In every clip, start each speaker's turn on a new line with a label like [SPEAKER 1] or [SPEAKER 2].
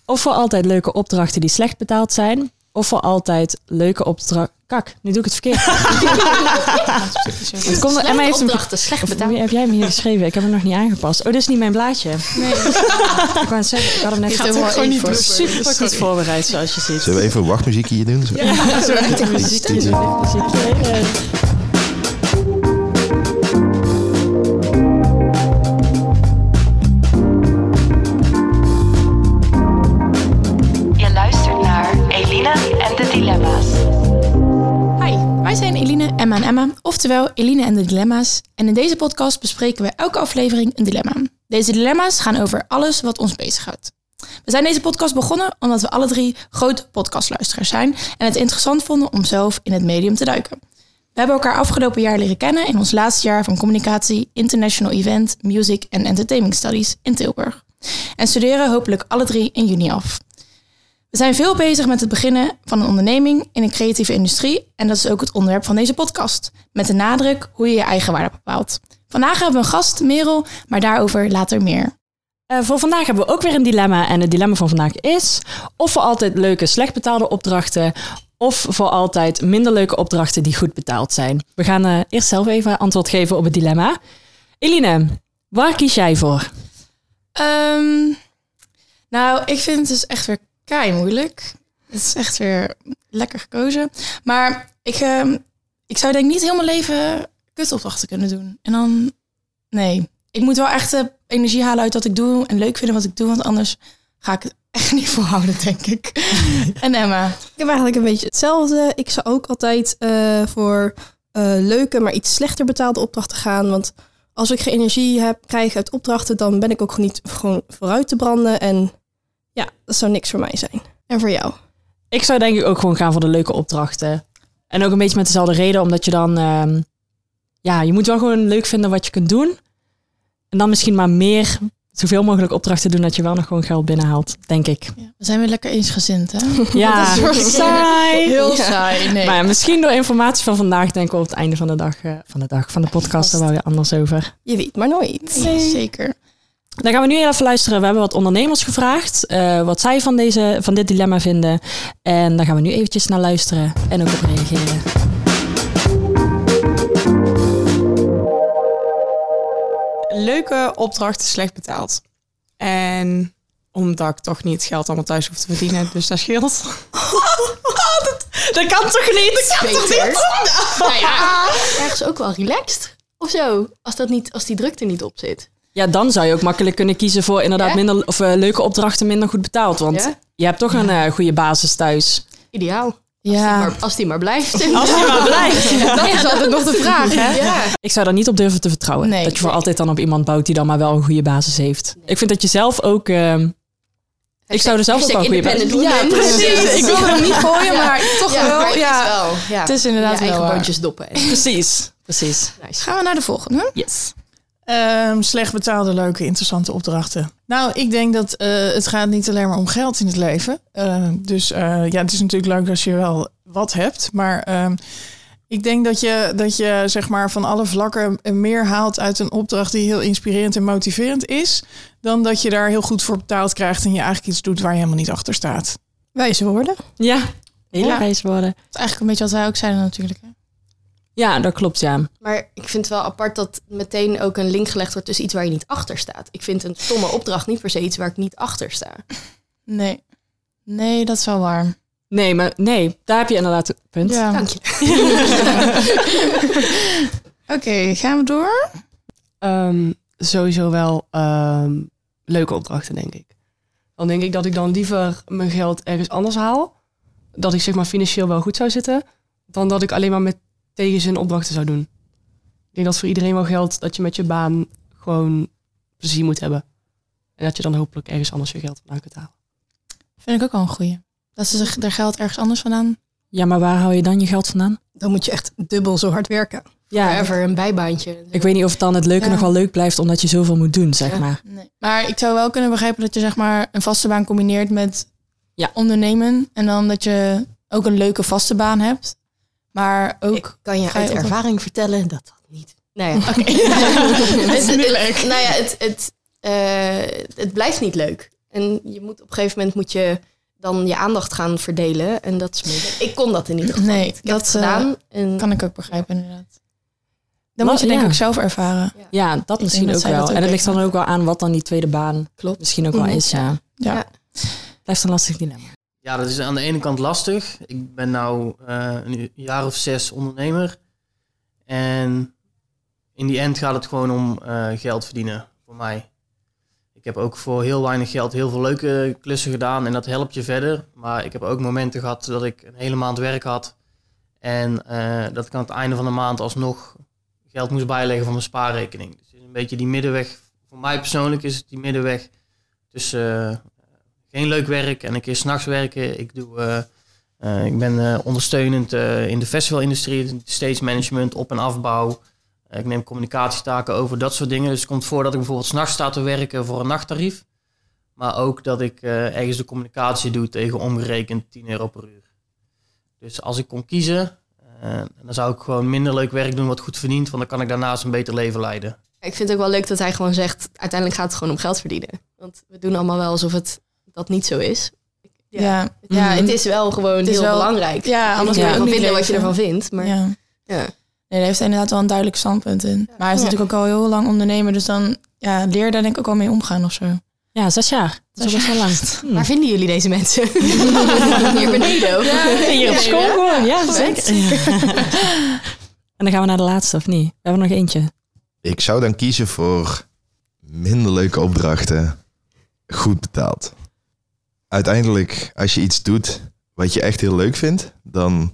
[SPEAKER 1] Of voor altijd leuke opdrachten die slecht betaald zijn. Of voor altijd leuke opdrachten... Kak, nu doe ik het verkeerd. Het komt Emma heeft
[SPEAKER 2] opdrachten slecht betaald.
[SPEAKER 1] Heb jij hem hier geschreven? Ik heb hem nog niet aangepast. Oh, dit is niet mijn blaadje.
[SPEAKER 3] Nee.
[SPEAKER 1] Ik wou het zeggen, ik had hem net
[SPEAKER 3] gewoon niet
[SPEAKER 1] super goed voorbereid, zoals je ziet.
[SPEAKER 4] Zullen we even een wachtmuziekje hier doen?
[SPEAKER 1] Ja, zo echt muziekje.
[SPEAKER 3] Wij zijn Eline, Emma en Emma, oftewel Eline en de Dilemma's. En in deze podcast bespreken we elke aflevering een dilemma. Deze dilemma's gaan over alles wat ons bezighoudt. We zijn deze podcast begonnen omdat we alle 3 grote podcastluisteraars zijn en het interessant vonden om zelf in het medium te duiken. We hebben elkaar afgelopen jaar leren kennen in ons laatste jaar van communicatie, international event, music en entertainment studies in Tilburg. En studeren hopelijk alle 3 in juni af. We zijn veel bezig met het beginnen van een onderneming in een creatieve industrie. En dat is ook het onderwerp van deze podcast. Met de nadruk hoe je je eigen waarde bepaalt. Vandaag hebben we een gast, Merel, maar daarover later meer.
[SPEAKER 1] Voor vandaag hebben we ook weer een dilemma. En het dilemma van vandaag is... of voor altijd leuke, slecht betaalde opdrachten... of voor altijd minder leuke opdrachten die goed betaald zijn. We gaan eerst zelf even antwoord geven op het dilemma. Eline, waar kies jij voor?
[SPEAKER 3] Nou, ik vind het dus echt weer kei moeilijk. Het is echt weer lekker gekozen. Maar ik zou denk niet heel mijn leven kutopdrachten kunnen doen. En dan, nee. Ik moet wel echt energie halen uit wat ik doe en leuk vinden wat ik doe. Want anders ga ik het echt niet volhouden, denk ik. En Emma?
[SPEAKER 5] Ik heb eigenlijk een beetje hetzelfde. Ik zou ook altijd voor leuke, maar iets slechter betaalde opdrachten gaan. Want als ik geen energie krijg uit opdrachten, dan ben ik ook niet gewoon vooruit te branden. En ja, dat zou niks voor mij zijn. En voor jou?
[SPEAKER 1] Ik zou denk ik ook gewoon gaan voor de leuke opdrachten. En ook een beetje met dezelfde reden, omdat je dan... je moet wel gewoon leuk vinden wat je kunt doen. En dan misschien maar meer, zoveel mogelijk opdrachten doen, dat je wel nog gewoon geld binnenhaalt, denk ik.
[SPEAKER 3] Ja, we zijn weer lekker eensgezind, hè?
[SPEAKER 1] Ja,
[SPEAKER 3] dat is
[SPEAKER 1] saai.
[SPEAKER 3] Heel saai, nee.
[SPEAKER 1] Maar ja, misschien door informatie van vandaag, denk ik op het einde van de podcast, daar wel weer anders over.
[SPEAKER 5] Je weet maar nooit.
[SPEAKER 3] Nee. Zeker.
[SPEAKER 1] Dan gaan we nu even luisteren. We hebben wat ondernemers gevraagd wat zij van dit dilemma vinden. En daar gaan we nu eventjes naar luisteren en ook op reageren.
[SPEAKER 6] Leuke opdrachten slecht betaald. En omdat ik toch niet het geld allemaal thuis hoef te verdienen, dus dat scheelt. dat kan toch niet? Dat kan toch niet?
[SPEAKER 2] Nou ja, ergens ook wel relaxed of zo. Als die druk er niet op zit.
[SPEAKER 1] Ja, dan zou je ook makkelijk kunnen kiezen voor inderdaad minder of leuke opdrachten minder goed betaald. Want je hebt toch een goede basis thuis.
[SPEAKER 2] Ideaal.
[SPEAKER 3] Ja.
[SPEAKER 2] Als die maar blijft.
[SPEAKER 1] Als die maar blijft.
[SPEAKER 3] Dat is altijd nog de vraag, hè?
[SPEAKER 2] Ja.
[SPEAKER 1] Ik zou daar niet op durven te vertrouwen.
[SPEAKER 3] Nee.
[SPEAKER 1] Dat je voor altijd dan op iemand bouwt die dan maar wel een goede basis heeft. Nee. Ik vind dat je zelf ook... ik zou er zelf ook wel een goede basis hebben.
[SPEAKER 3] Ja, precies. Ik wilde hem niet gooien, maar toch wel.
[SPEAKER 2] Maar
[SPEAKER 3] ja.
[SPEAKER 2] Het
[SPEAKER 3] is inderdaad wel
[SPEAKER 2] eigen boontjes doppen.
[SPEAKER 1] Precies.
[SPEAKER 2] Nice.
[SPEAKER 3] Gaan we naar de volgende?
[SPEAKER 1] Yes.
[SPEAKER 7] Slecht betaalde, leuke, interessante opdrachten. Nou, ik denk dat het gaat niet alleen maar om geld in het leven. Het is natuurlijk leuk als je wel wat hebt. Maar ik denk dat je zeg maar van alle vlakken meer haalt uit een opdracht die heel inspirerend en motiverend is. Dan dat je daar heel goed voor betaald krijgt en je eigenlijk iets doet waar je helemaal niet achter staat.
[SPEAKER 5] Wijze woorden.
[SPEAKER 1] Ja, hele wijze woorden.
[SPEAKER 3] Dat is eigenlijk een beetje wat wij ook zeiden natuurlijk. Hè?
[SPEAKER 1] Ja, dat klopt, ja.
[SPEAKER 2] Maar ik vind het wel apart dat meteen ook een link gelegd wordt tussen iets waar je niet achter staat. Ik vind een stomme opdracht niet per se iets waar ik niet achter sta.
[SPEAKER 3] Nee, dat is wel waar.
[SPEAKER 1] Nee, daar heb je inderdaad een punt.
[SPEAKER 3] Ja.
[SPEAKER 2] Dank je.
[SPEAKER 3] Oké, gaan we door?
[SPEAKER 6] Sowieso wel leuke opdrachten, denk ik. Dan denk ik dat ik dan liever mijn geld ergens anders haal. Dat ik zeg maar financieel wel goed zou zitten. Dan dat ik alleen maar met tegenzin opdrachten zou doen. Ik denk dat voor iedereen wel geldt dat je met je baan gewoon plezier moet hebben. En dat je dan hopelijk ergens anders je geld vandaan kunt halen.
[SPEAKER 3] Vind ik ook wel een goeie. Dat ze er geld ergens anders vandaan.
[SPEAKER 1] Ja, maar waar hou je dan je geld vandaan?
[SPEAKER 5] Dan moet je echt dubbel zo hard werken.
[SPEAKER 1] Ja,
[SPEAKER 2] Forever, een bijbaantje.
[SPEAKER 1] ik weet niet of het dan het leuke nog wel leuk blijft omdat je zoveel moet doen, zeg maar.
[SPEAKER 3] Nee. Maar ik zou wel kunnen begrijpen dat je zeg maar een vaste baan combineert met ondernemen. En dan dat je ook een leuke vaste baan hebt. Maar ook...
[SPEAKER 2] Ik kan je uit ervaring vertellen dat dat niet... Nou ja, oké. Het blijft niet leuk. En je moet op een gegeven moment moet je dan je aandacht gaan verdelen. En dat is moeilijk. Ik kon dat in ieder geval niet. Ik heb het gedaan. En
[SPEAKER 3] Kan ik ook begrijpen, inderdaad. Dan moet je denk ik ook zelf ervaren.
[SPEAKER 1] Ja, dat misschien
[SPEAKER 3] dat
[SPEAKER 1] ook
[SPEAKER 3] zij
[SPEAKER 1] wel.
[SPEAKER 3] dat ook
[SPEAKER 1] En het ligt dan
[SPEAKER 3] weten.
[SPEAKER 1] ook wel aan wat dan die tweede baan misschien ook wel is. Ja.
[SPEAKER 3] Ja.
[SPEAKER 1] Blijft een lastig dilemma.
[SPEAKER 4] Ja, dat is aan de ene kant lastig. Ik ben nou een jaar of 6 ondernemer. En in die end gaat het gewoon om geld verdienen voor mij. Ik heb ook voor heel weinig geld heel veel leuke klussen gedaan en dat helpt je verder. Maar ik heb ook momenten gehad dat ik een hele maand werk had. En dat ik aan het einde van de maand alsnog geld moest bijleggen van mijn spaarrekening. Dus het is een beetje die middenweg. Voor mij persoonlijk is het die middenweg tussen geen leuk werk en een keer 's nachts werken. Ik ben ondersteunend in de festivalindustrie, stage management, op- en afbouw. Ik neem communicatietaken over, dat soort dingen. Dus het komt voor dat ik bijvoorbeeld 's nachts sta te werken voor een nachttarief. Maar ook dat ik ergens de communicatie doe tegen omgerekend €10 per uur. Dus als ik kon kiezen, dan zou ik gewoon minder leuk werk doen wat goed verdient. Want dan kan ik daarnaast een beter leven leiden.
[SPEAKER 2] ik vind het ook wel leuk dat hij gewoon zegt, uiteindelijk gaat het gewoon om geld verdienen. Want we doen allemaal wel alsof dat niet zo is.
[SPEAKER 3] Ja.
[SPEAKER 2] Het is wel gewoon heel belangrijk.
[SPEAKER 3] Ja, anders
[SPEAKER 2] je
[SPEAKER 3] kan je
[SPEAKER 2] kan
[SPEAKER 3] ook niet
[SPEAKER 2] vinden wat je
[SPEAKER 3] leven.
[SPEAKER 2] ervan vindt. Maar
[SPEAKER 3] Ja.
[SPEAKER 2] ja.
[SPEAKER 3] Nee, daar heeft hij inderdaad wel een duidelijk standpunt in. Maar hij is natuurlijk ook al heel lang ondernemer. Dus dan leer je daar denk ik ook al mee omgaan of zo.
[SPEAKER 1] Ja, 6 jaar. Dat is best wel lang.
[SPEAKER 2] Waar vinden jullie deze mensen? Hier beneden ook.
[SPEAKER 1] Hier op school gewoon. Ja, zeker. En dan gaan we naar de laatste, of niet? We hebben nog eentje.
[SPEAKER 8] Ik zou dan kiezen voor minder leuke opdrachten, goed betaald. Uiteindelijk, als je iets doet wat je echt heel leuk vindt, dan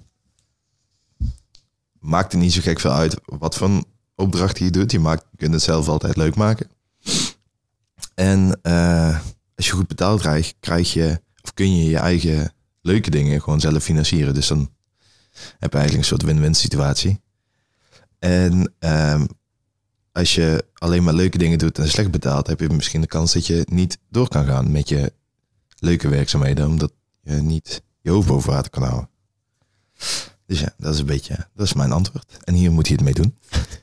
[SPEAKER 8] maakt het niet zo gek veel uit wat voor opdracht je doet. Je kunt het zelf altijd leuk maken. En als je goed betaald krijgt, kun je je eigen leuke dingen gewoon zelf financieren. Dus dan heb je eigenlijk een soort win-win situatie. En als je alleen maar leuke dingen doet en slecht betaalt, heb je misschien de kans dat je niet door kan gaan met je leuke werkzaamheden, omdat je niet je hoofd boven water kan houden. Dus ja, dat is mijn antwoord. En hier moet je het mee doen.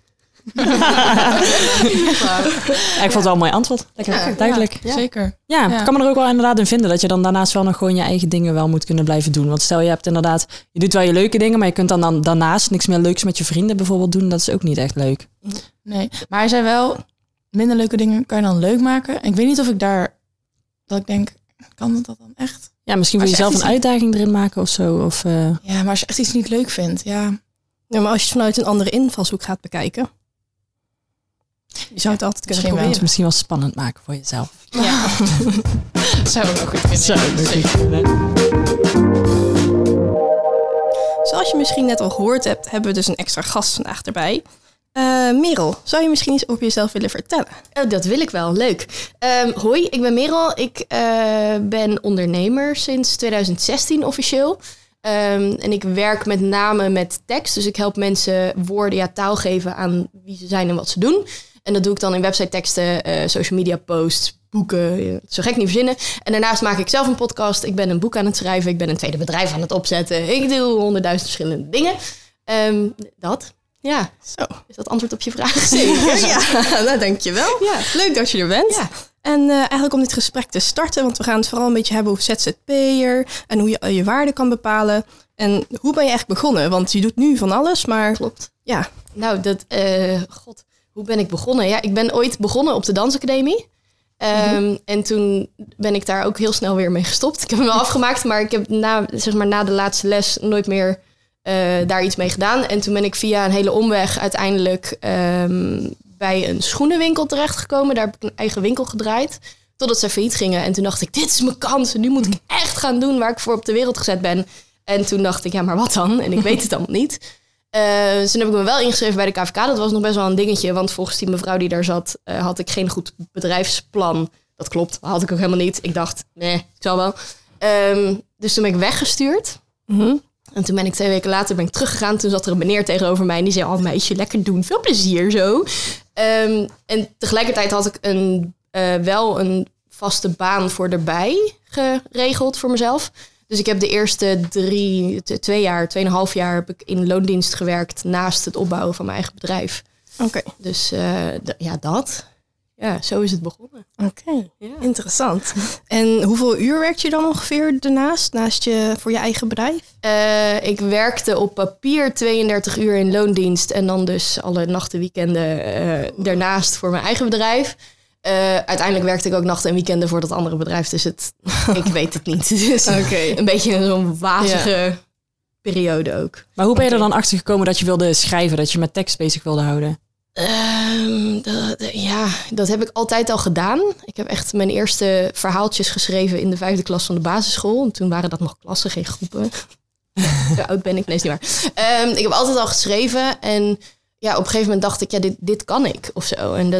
[SPEAKER 1] Ik vond het wel een mooi antwoord. Lekker duidelijk.
[SPEAKER 3] Ja, zeker.
[SPEAKER 1] Ja, ik kan me er ook wel inderdaad in vinden dat je dan daarnaast wel nog gewoon je eigen dingen wel moet kunnen blijven doen. Want stel je hebt inderdaad, je doet wel je leuke dingen, maar je kunt dan daarnaast niks meer leuks met je vrienden bijvoorbeeld doen. Dat is ook niet echt leuk.
[SPEAKER 3] Nee, maar hij zei wel, minder leuke dingen kan je dan leuk maken. En ik weet niet of ik dat ik denk, kan dat dan echt?
[SPEAKER 1] Ja, misschien wil je zelf een uitdaging erin maken of zo. Of,
[SPEAKER 3] Ja, maar als je echt iets niet leuk vindt, ja.
[SPEAKER 5] Ja, maar als je het vanuit een andere invalshoek gaat bekijken, je zou het altijd kunnen
[SPEAKER 1] het
[SPEAKER 5] proberen.
[SPEAKER 1] misschien wel spannend maken voor jezelf.
[SPEAKER 3] Ja. Zou ik ook goed vinden.
[SPEAKER 1] Zou ik ook goed vinden.
[SPEAKER 5] Zoals je misschien net al gehoord hebt, hebben we dus een extra gast vandaag erbij. Merel, zou je misschien iets over jezelf willen vertellen?
[SPEAKER 2] Oh, dat wil ik wel. Leuk. Hoi, ik ben Merel. Ik ben ondernemer sinds 2016 officieel. En ik werk met name met tekst. Dus ik help mensen woorden, taal geven aan wie ze zijn en wat ze doen. En dat doe ik dan in website teksten, social media posts, boeken. Zo gek niet verzinnen. En daarnaast maak ik zelf een podcast. Ik ben een boek aan het schrijven. Ik ben een tweede bedrijf aan het opzetten. Ik doe 100.000 verschillende dingen. Dat. Ja,
[SPEAKER 5] Zo.
[SPEAKER 2] is dat antwoord op je vraag?
[SPEAKER 5] Zeker, ja. Nou, dankjewel.
[SPEAKER 2] Ja.
[SPEAKER 5] Leuk dat je er bent.
[SPEAKER 2] Ja.
[SPEAKER 5] En eigenlijk om dit gesprek te starten, want we gaan het vooral een beetje hebben over ZZP'er en hoe je je waarde kan bepalen. En hoe ben je eigenlijk begonnen? Want je doet nu van alles, maar
[SPEAKER 2] Klopt.
[SPEAKER 5] ja.
[SPEAKER 2] Nou, hoe ben ik begonnen? Ja, ik ben ooit begonnen op de dansacademie. En toen ben ik daar ook heel snel weer mee gestopt. Ik heb hem wel afgemaakt, maar ik heb na de laatste les nooit meer daar iets mee gedaan. En toen ben ik via een hele omweg uiteindelijk bij een schoenenwinkel terechtgekomen. Daar heb ik een eigen winkel gedraaid. Totdat ze failliet gingen. En toen dacht ik, dit is mijn kans. En nu moet ik echt gaan doen waar ik voor op de wereld gezet ben. En toen dacht ik, ja, maar wat dan? En ik weet het allemaal niet. Dus toen heb ik me wel ingeschreven bij de KVK. Dat was nog best wel een dingetje. Want volgens die mevrouw die daar zat, had ik geen goed bedrijfsplan. Dat klopt, dat had ik ook helemaal niet. Ik dacht, nee, ik zal wel. Dus toen ben ik weggestuurd. En toen ben ik 2 weken later teruggegaan. Toen zat er een meneer tegenover mij. En die zei, oh meisje, lekker doen. Veel plezier zo. En tegelijkertijd had ik wel een vaste baan voor erbij geregeld voor mezelf. Dus ik heb de eerste 2,5 jaar heb ik in loondienst gewerkt naast het opbouwen van mijn eigen bedrijf.
[SPEAKER 5] Oké.
[SPEAKER 2] Dus dat. ja, zo is het begonnen.
[SPEAKER 5] Oké,
[SPEAKER 2] Ja.
[SPEAKER 5] interessant. En hoeveel uur werk je dan ongeveer daarnaast? Naast je voor je eigen bedrijf?
[SPEAKER 2] Ik werkte op papier 32 uur in loondienst. En dan dus alle nachten, weekenden daarnaast voor mijn eigen bedrijf. Uiteindelijk werkte ik ook nachten en weekenden voor dat andere bedrijf. Dus ik weet het niet. Dus een beetje zo'n wazige periode ook.
[SPEAKER 1] Maar hoe ben je er dan achter gekomen dat je wilde schrijven, dat je met tekst bezig wilde houden?
[SPEAKER 2] Dat heb ik altijd al gedaan. Ik heb echt mijn eerste verhaaltjes geschreven in de 5e klas van de basisschool. En toen waren dat nog klassen, geen groepen. Zo oud ben ik, nee, is niet waar. Ik heb altijd al geschreven. En ja, op een gegeven moment dacht ik, ja, dit kan ik of zo. En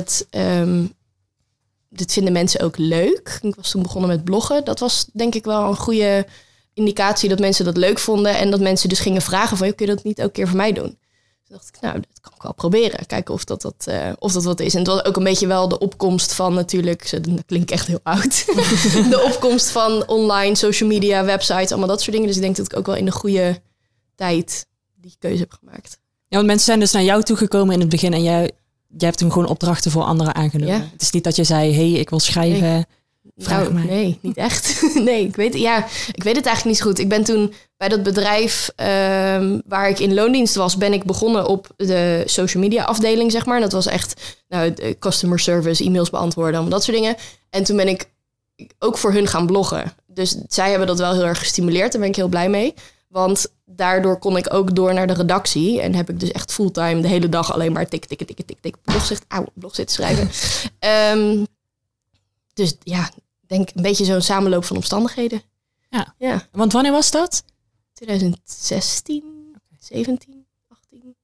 [SPEAKER 2] dit vinden mensen ook leuk. Ik was toen begonnen met bloggen. Dat was denk ik wel een goede indicatie dat mensen dat leuk vonden. En dat mensen dus gingen vragen van, kun je dat niet ook een keer voor mij doen? Toen dacht ik, nou, dat kan ik wel proberen. Kijken of dat wat is. En het was ook een beetje wel de opkomst van natuurlijk, dat klinkt echt heel oud. De opkomst van online, social media, websites, allemaal dat soort dingen. Dus ik denk dat ik ook wel in de goede tijd die keuze heb gemaakt.
[SPEAKER 1] Ja, want mensen zijn dus naar jou toegekomen in het begin en jij hebt toen gewoon opdrachten voor anderen aangenomen.
[SPEAKER 2] Ja.
[SPEAKER 1] Het is niet dat je zei, hey, ik wil schrijven. Vraag mij.
[SPEAKER 2] Nee, niet echt. Nee, ik weet het eigenlijk niet zo goed. Ik ben toen bij dat bedrijf waar ik in loondienst was, ben ik begonnen op de social media afdeling, zeg maar. En dat was echt customer service, e-mails beantwoorden, allemaal dat soort dingen. En toen ben ik ook voor hun gaan bloggen. Dus zij hebben dat wel heel erg gestimuleerd. Daar ben ik heel blij mee. Want daardoor kon ik ook door naar de redactie. En heb ik dus echt fulltime de hele dag alleen maar tik, blog zitten schrijven. Dus ja, denk een beetje zo'n samenloop van omstandigheden. Ja.
[SPEAKER 1] Want wanneer was dat?
[SPEAKER 2] 2016, 17, 18.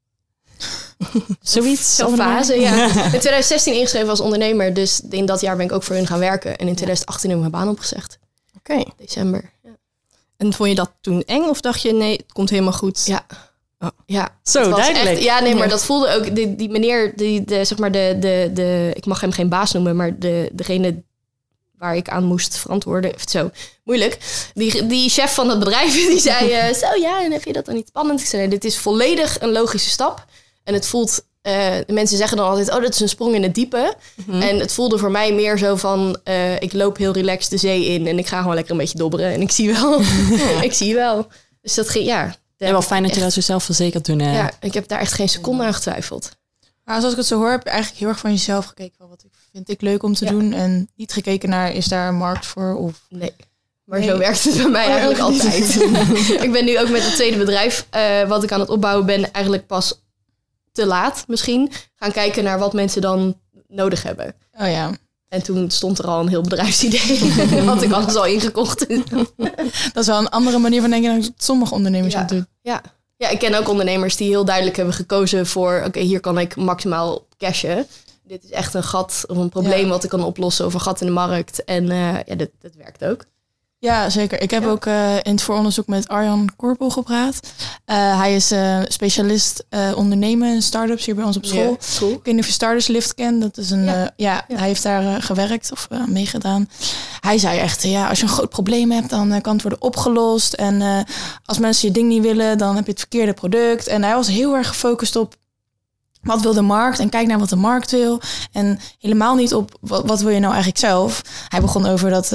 [SPEAKER 1] Zoiets.
[SPEAKER 2] Zo'n fase, ja. In 2016 ingeschreven als ondernemer. Dus in dat jaar ben ik ook voor hun gaan werken. En in 2018 heb ik mijn baan opgezegd.
[SPEAKER 5] Oké.
[SPEAKER 2] December. Ja.
[SPEAKER 5] En vond je dat toen eng of dacht je, nee, het komt helemaal goed?
[SPEAKER 2] Ja.
[SPEAKER 5] Oh.
[SPEAKER 2] Ja.
[SPEAKER 1] Zo,
[SPEAKER 2] Het was
[SPEAKER 1] duidelijk.
[SPEAKER 2] echt, ja, nee, maar dat voelde ook... Die meneer, zeg maar ik mag hem geen baas noemen, maar degene waar ik aan moest verantwoorden, zo moeilijk. Die chef van het bedrijf, die zei, en heb je dat dan niet spannend? Ik zei, nee, dit is volledig een logische stap. En het voelt, mensen zeggen dan altijd, dat is een sprong in het diepe. Mm-hmm. En het voelde voor mij meer zo van, ik loop heel relaxed de zee in en ik ga gewoon lekker een beetje dobberen. En ik zie wel, ik zie wel. Dus dat ging, ja.
[SPEAKER 1] Ja, wel fijn dat je dat zo zelfverzekerd toen.
[SPEAKER 2] Ja, ik heb daar echt geen seconde aan getwijfeld.
[SPEAKER 3] Maar zoals ik het zo hoor, heb je eigenlijk heel erg van jezelf gekeken. Van wat vind ik leuk om te doen. En niet gekeken naar, is daar een markt voor? Of...
[SPEAKER 2] Nee, maar zo werkt het bij mij eigenlijk altijd. Ik ben nu ook met het tweede bedrijf, wat ik aan het opbouwen ben, eigenlijk pas te laat misschien. Gaan kijken naar wat mensen dan nodig hebben.
[SPEAKER 3] Oh ja.
[SPEAKER 2] En toen stond er al een heel bedrijfsidee. Had ik alles al ingekocht.
[SPEAKER 3] Dat is wel een andere manier van denken dan sommige ondernemers dat doen.
[SPEAKER 2] Ja, ik ken ook ondernemers die heel duidelijk hebben gekozen voor, oké, hier kan ik maximaal cashen. Dit is echt een gat of een probleem wat ik kan oplossen of een gat in de markt. En dat werkt ook.
[SPEAKER 3] Ja, zeker. Ik heb ook in het vooronderzoek met Arjan Korpel gepraat. Hij is specialist ondernemen in start-ups hier bij ons op school.
[SPEAKER 2] Ja, cool.
[SPEAKER 3] Ik weet niet of je Starters Lift kent. Dat is een, hij heeft daar gewerkt of meegedaan. Hij zei echt, als je een groot probleem hebt, dan kan het worden opgelost. En als mensen je ding niet willen, dan heb je het verkeerde product. En hij was heel erg gefocust op wat wil de markt en kijk naar wat de markt wil. En helemaal niet op wat wil je nou eigenlijk zelf. Hij begon over dat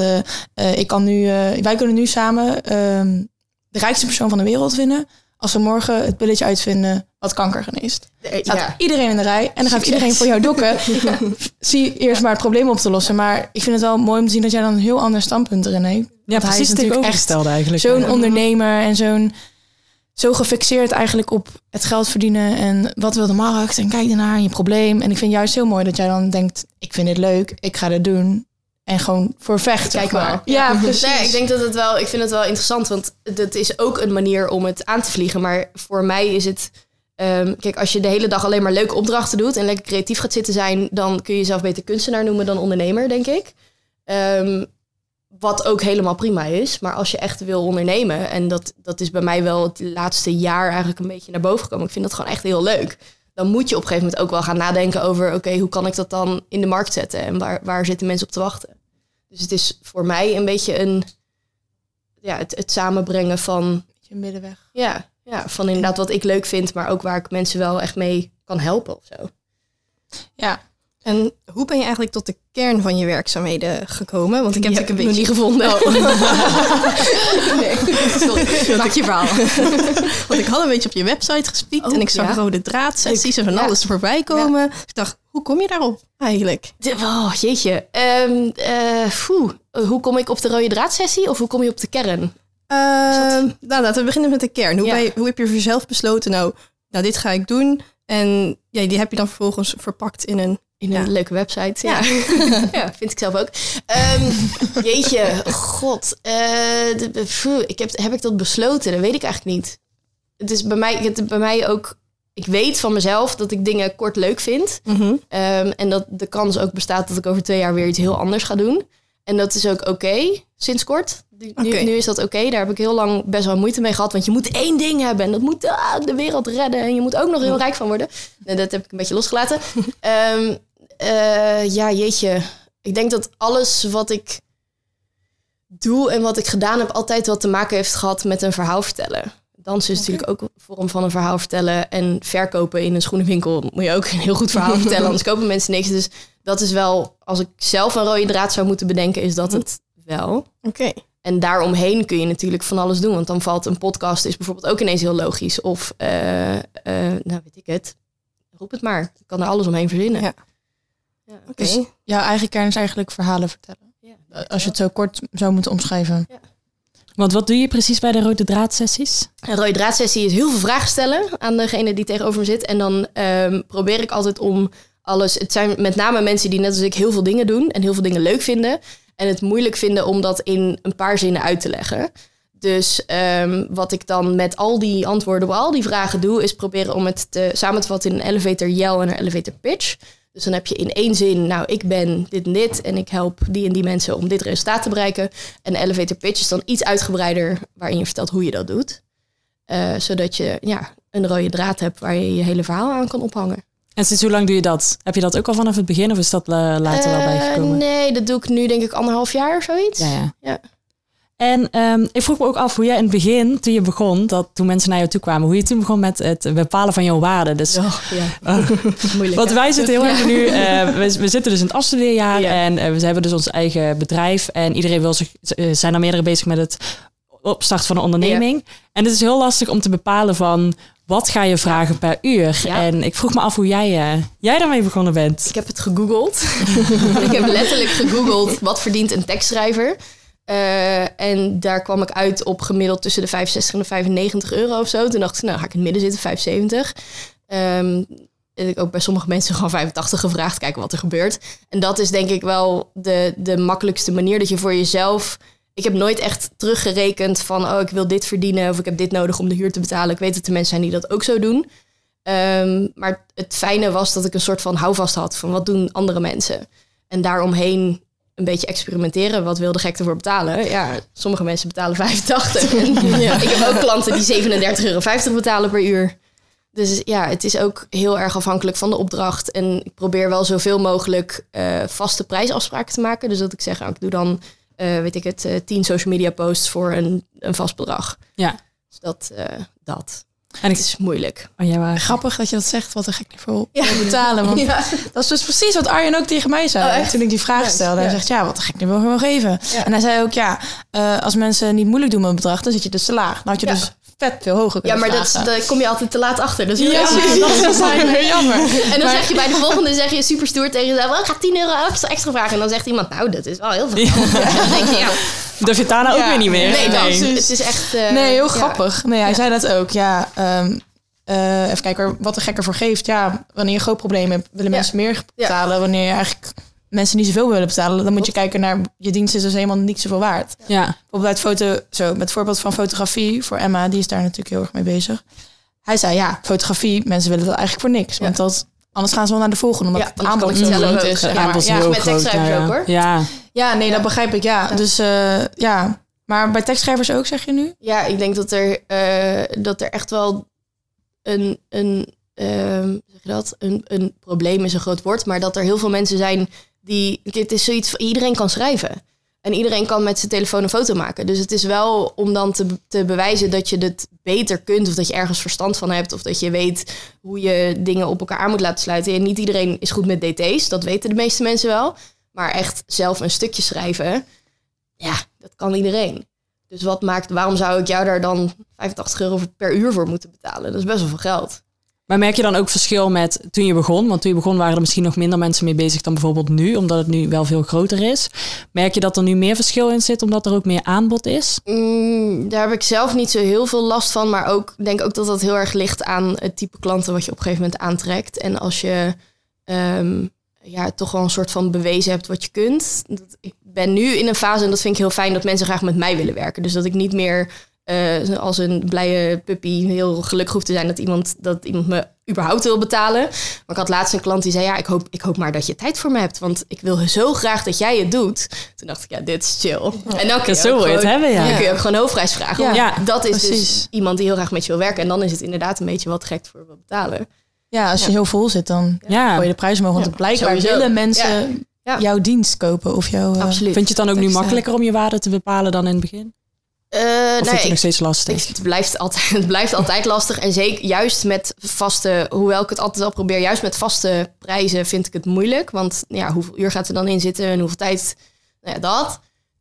[SPEAKER 3] wij kunnen nu samen de rijkste persoon van de wereld vinden. Als we morgen het pilletje uitvinden wat kanker geneest. Staat iedereen in de rij en dan gaat iedereen voor jou dokken. Zie eerst maar het probleem op te lossen. Maar ik vind het wel mooi om te zien dat jij dan een heel ander standpunt erin hebt.
[SPEAKER 1] Ja, precies,
[SPEAKER 3] hij is natuurlijk echt
[SPEAKER 1] eigenlijk.
[SPEAKER 3] Zo'n ondernemer en zo gefixeerd eigenlijk op het geld verdienen en wat wil de markt en kijk ernaar en je probleem. En ik vind juist heel mooi dat jij dan denkt, ik vind dit leuk, ik ga dit doen en gewoon voor vechten.
[SPEAKER 2] Kijk maar.
[SPEAKER 3] Ja, precies.
[SPEAKER 2] Nee, ik denk ik vind het wel interessant, want dat is ook een manier om het aan te vliegen. Maar voor mij is het, kijk, als je de hele dag alleen maar leuke opdrachten doet en lekker creatief gaat zitten zijn, dan kun je jezelf beter kunstenaar noemen dan ondernemer, denk ik. Wat ook helemaal prima is. Maar als je echt wil ondernemen, en dat is bij mij wel het laatste jaar eigenlijk een beetje naar boven gekomen. Ik vind dat gewoon echt heel leuk. Dan moet je op een gegeven moment ook wel gaan nadenken over, oké, hoe kan ik dat dan in de markt zetten? En waar zitten mensen op te wachten? Dus het is voor mij een beetje het samenbrengen van
[SPEAKER 3] Een middenweg.
[SPEAKER 2] Ja, van inderdaad wat ik leuk vind, maar ook waar ik mensen wel echt mee kan helpen of zo.
[SPEAKER 3] Ja.
[SPEAKER 5] En hoe ben je eigenlijk tot de kern van je werkzaamheden gekomen? Want ik heb
[SPEAKER 2] Die
[SPEAKER 5] het
[SPEAKER 2] heb ik
[SPEAKER 5] nog
[SPEAKER 2] een
[SPEAKER 5] niet
[SPEAKER 2] beetje
[SPEAKER 5] gevonden.
[SPEAKER 2] Nee, sorry. Maak je verhaal.
[SPEAKER 5] Want ik had een beetje op je website gespiekt en ik zag rode draadsessies en van
[SPEAKER 2] Ja.
[SPEAKER 5] alles voorbij komen. Dus ik dacht, hoe kom je daarop eigenlijk?
[SPEAKER 2] Oh, jeetje. Hoe kom ik op de rode draadsessie of hoe kom je op de kern?
[SPEAKER 5] Nou, laten we beginnen met de kern. Hoe heb je voor jezelf besloten, nou, dit ga ik doen. En die heb je dan vervolgens verpakt in een...
[SPEAKER 2] Een leuke website. Ja. Ja, vind ik zelf ook. Jeetje, god. Heb ik dat besloten? Dat weet ik eigenlijk niet. Het is bij mij ook... Ik weet van mezelf dat ik dingen kort leuk vind.
[SPEAKER 5] Mhm.
[SPEAKER 2] En dat de kans ook bestaat dat ik over 2 jaar weer iets heel anders ga doen. En dat is ook oké, sinds kort. Nu is dat oké. Daar heb ik heel lang best wel moeite mee gehad. Want je moet 1 ding hebben en dat moet de wereld redden. En je moet ook nog heel rijk van worden. En dat heb ik een beetje losgelaten. Jeetje. Ik denk dat alles wat ik doe en wat ik gedaan heb... altijd wat te maken heeft gehad met een verhaal vertellen. Dansen is natuurlijk ook een vorm van een verhaal vertellen. En verkopen in een schoenenwinkel moet je ook een heel goed verhaal vertellen. Anders kopen mensen niks. Dus dat is wel, als ik zelf een rode draad zou moeten bedenken, is dat het wel.
[SPEAKER 5] Oké.
[SPEAKER 2] En daaromheen kun je natuurlijk van alles doen. Want dan valt een podcast is bijvoorbeeld ook ineens heel logisch. Of, weet ik het. Roep het maar. Ik kan er alles omheen verzinnen.
[SPEAKER 5] Ja.
[SPEAKER 2] Ja.
[SPEAKER 5] Oké.
[SPEAKER 3] Dus jouw eigen kern is eigenlijk verhalen vertellen.
[SPEAKER 2] Ja.
[SPEAKER 3] Als je het zo kort zou moeten omschrijven.
[SPEAKER 1] Want wat doe je precies bij de rode draadsessies?
[SPEAKER 2] Een rode draadsessie is heel veel vragen stellen aan degene die tegenover me zit. En dan probeer ik altijd om alles... Het zijn met name mensen die net als ik heel veel dingen doen en heel veel dingen leuk vinden. En het moeilijk vinden om dat in een paar zinnen uit te leggen. Dus wat ik dan met al die antwoorden op al die vragen doe, is proberen om het samen te vatten in een elevator yell en een elevator pitch. Dus dan heb je in 1 zin, nou, ik ben dit en dit en ik help die en die mensen om dit resultaat te bereiken. En de elevator pitch is dan iets uitgebreider waarin je vertelt hoe je dat doet. Zodat je een rode draad hebt waar je je hele verhaal aan kan ophangen.
[SPEAKER 1] En sinds hoe lang doe je dat? Heb je dat ook al vanaf het begin of is dat later wel bijgekomen?
[SPEAKER 2] Nee, dat doe ik nu denk ik 1,5 jaar of zoiets.
[SPEAKER 1] Ja. En ik vroeg me ook af hoe jij in het begin, toen je begon, toen mensen naar jou toe kwamen, hoe je toen begon met het bepalen van jouw waarden. Dus,
[SPEAKER 2] Moeilijk.
[SPEAKER 1] Want wij zitten heel erg nu, we zitten dus in het afstudeerjaar en we hebben dus ons eigen bedrijf en iedereen zijn er meerdere bezig met het opstarten van een onderneming. Ja. En het is heel lastig om te bepalen van wat ga je vragen per uur. Ja. En ik vroeg me af hoe jij daarmee begonnen bent.
[SPEAKER 2] Ik heb het gegoogeld. Ik heb letterlijk gegoogeld wat verdient een tekstschrijver. En daar kwam ik uit op gemiddeld tussen de 65 en de 95 euro of zo. Toen dacht ik, nou ga ik in het midden zitten, 75. En ik ook bij sommige mensen gewoon 85 gevraagd, kijken wat er gebeurt. En dat is denk ik wel de makkelijkste manier dat je voor jezelf... Ik heb nooit echt teruggerekend van, ik wil dit verdienen of ik heb dit nodig om de huur te betalen. Ik weet dat er mensen zijn die dat ook zo doen. Maar het fijne was dat ik een soort van houvast had van wat doen andere mensen. En daaromheen een beetje experimenteren. Wat wil de gek ervoor betalen? Ja, sommige mensen betalen 85. En ik heb ook klanten die 37,50 € betalen per uur. Dus ja, het is ook heel erg afhankelijk van de opdracht. En ik probeer wel zoveel mogelijk vaste prijsafspraken te maken. Dus dat ik zeg, ik doe dan, 10 social media posts voor een vast bedrag.
[SPEAKER 1] Ja.
[SPEAKER 2] Dus dat. En het is moeilijk.
[SPEAKER 3] Grappig dat je dat zegt, wat de gek ervoor wil betalen. Want dat is dus precies wat Arjen ook tegen mij zei. Toen ik die vraag stelde. Hij zegt, wat de gek wil gewoon geven. Ja. En hij zei ook, als mensen niet moeilijk doen met het bedrag, dan zit je dus te laag. Dan had je dus vet veel hoger kunnen vragen.
[SPEAKER 2] Daar kom je altijd te laat achter. Dus
[SPEAKER 3] dat is heel jammer.
[SPEAKER 2] En dan zeg je bij de volgende, super stoer tegen jezelf, ik ga 10 € extra vragen. En dan zegt iemand, nou, dat is wel heel veel. Ja. Dan denk je,
[SPEAKER 1] durf je daarna ook weer niet meer.
[SPEAKER 2] Nee. Het is echt...
[SPEAKER 3] heel grappig. Nee, hij zei dat ook. Even kijken wat de gek ervoor geeft. Ja, wanneer je een groot probleem hebt, willen mensen meer betalen. Wanneer je eigenlijk mensen niet zoveel willen betalen, dan moet je kijken naar je dienst is dus helemaal niet zoveel waard.
[SPEAKER 1] Ja.
[SPEAKER 3] Bijvoorbeeld met het voorbeeld van fotografie voor Emma, die is daar natuurlijk heel erg mee bezig. Hij zei, fotografie, mensen willen dat eigenlijk voor niks. Want anders gaan ze wel naar de volgende, omdat het aanbod zo groot is.
[SPEAKER 2] Met tekstschrijvers ook, hoor.
[SPEAKER 3] Ja, nee, dat begrijp ik, Dus maar bij tekstschrijvers ook, zeg je nu? Ja,
[SPEAKER 2] ik denk dat er echt wel een probleem is een groot woord, maar dat er heel veel mensen zijn het is zoiets, iedereen kan schrijven. En iedereen kan met zijn telefoon een foto maken. Dus het is wel om dan te bewijzen dat je het beter kunt... of dat je ergens verstand van hebt... of dat je weet hoe je dingen op elkaar aan moet laten sluiten. En niet iedereen is goed met DT's, dat weten de meeste mensen wel. Maar echt zelf een stukje schrijven, ja, dat kan iedereen. Dus waarom zou ik jou daar dan €85 per uur voor moeten betalen? Dat is best wel veel geld.
[SPEAKER 1] Maar merk je dan ook verschil met toen je begon? Want toen je begon waren er misschien nog minder mensen mee bezig dan bijvoorbeeld nu, omdat het nu wel veel groter is. Merk je dat er nu meer verschil in zit, omdat er ook meer aanbod is?
[SPEAKER 2] Daar heb ik zelf niet zo heel veel last van, maar ook denk ook dat dat heel erg ligt aan het type klanten wat je op een gegeven moment aantrekt. En als je toch wel een soort van bewezen hebt wat je kunt. Ik ben nu in een fase, en dat vind ik heel fijn, dat mensen graag met mij willen werken. Dus dat ik niet meer als een blije puppy heel gelukkig hoef te zijn dat iemand me überhaupt wil betalen. Maar ik had laatst een klant die zei, ja, ik hoop maar dat je tijd voor me hebt, want ik wil zo graag dat jij het doet. Toen dacht ik, ja, dit is chill. En dan kun je
[SPEAKER 1] zo het hebben, ja.
[SPEAKER 2] Dan kun je ook gewoon hoofdprijs vragen.
[SPEAKER 3] Ja,
[SPEAKER 2] dat is
[SPEAKER 3] precies.
[SPEAKER 2] dus iemand die heel graag met je wil werken. En dan is het inderdaad een beetje wat gek voor wil betalen.
[SPEAKER 3] Ja, als je heel vol zit, dan
[SPEAKER 1] Ja.
[SPEAKER 3] gooi je de prijs omhoog. Want blijkbaar
[SPEAKER 2] sowieso.
[SPEAKER 3] willen mensen jouw dienst kopen of jouw...
[SPEAKER 2] Absoluut.
[SPEAKER 1] Vind je het dan ook nu
[SPEAKER 3] extra.
[SPEAKER 1] makkelijker om je waarde te bepalen dan in het begin? Of vind je het nog steeds lastig?
[SPEAKER 2] Het blijft altijd lastig. En zeker juist met vaste, hoewel ik het altijd wel probeer, juist met vaste prijzen vind ik het moeilijk. Want ja, hoeveel uur gaat er dan in zitten en hoeveel tijd? Nou ja, dat.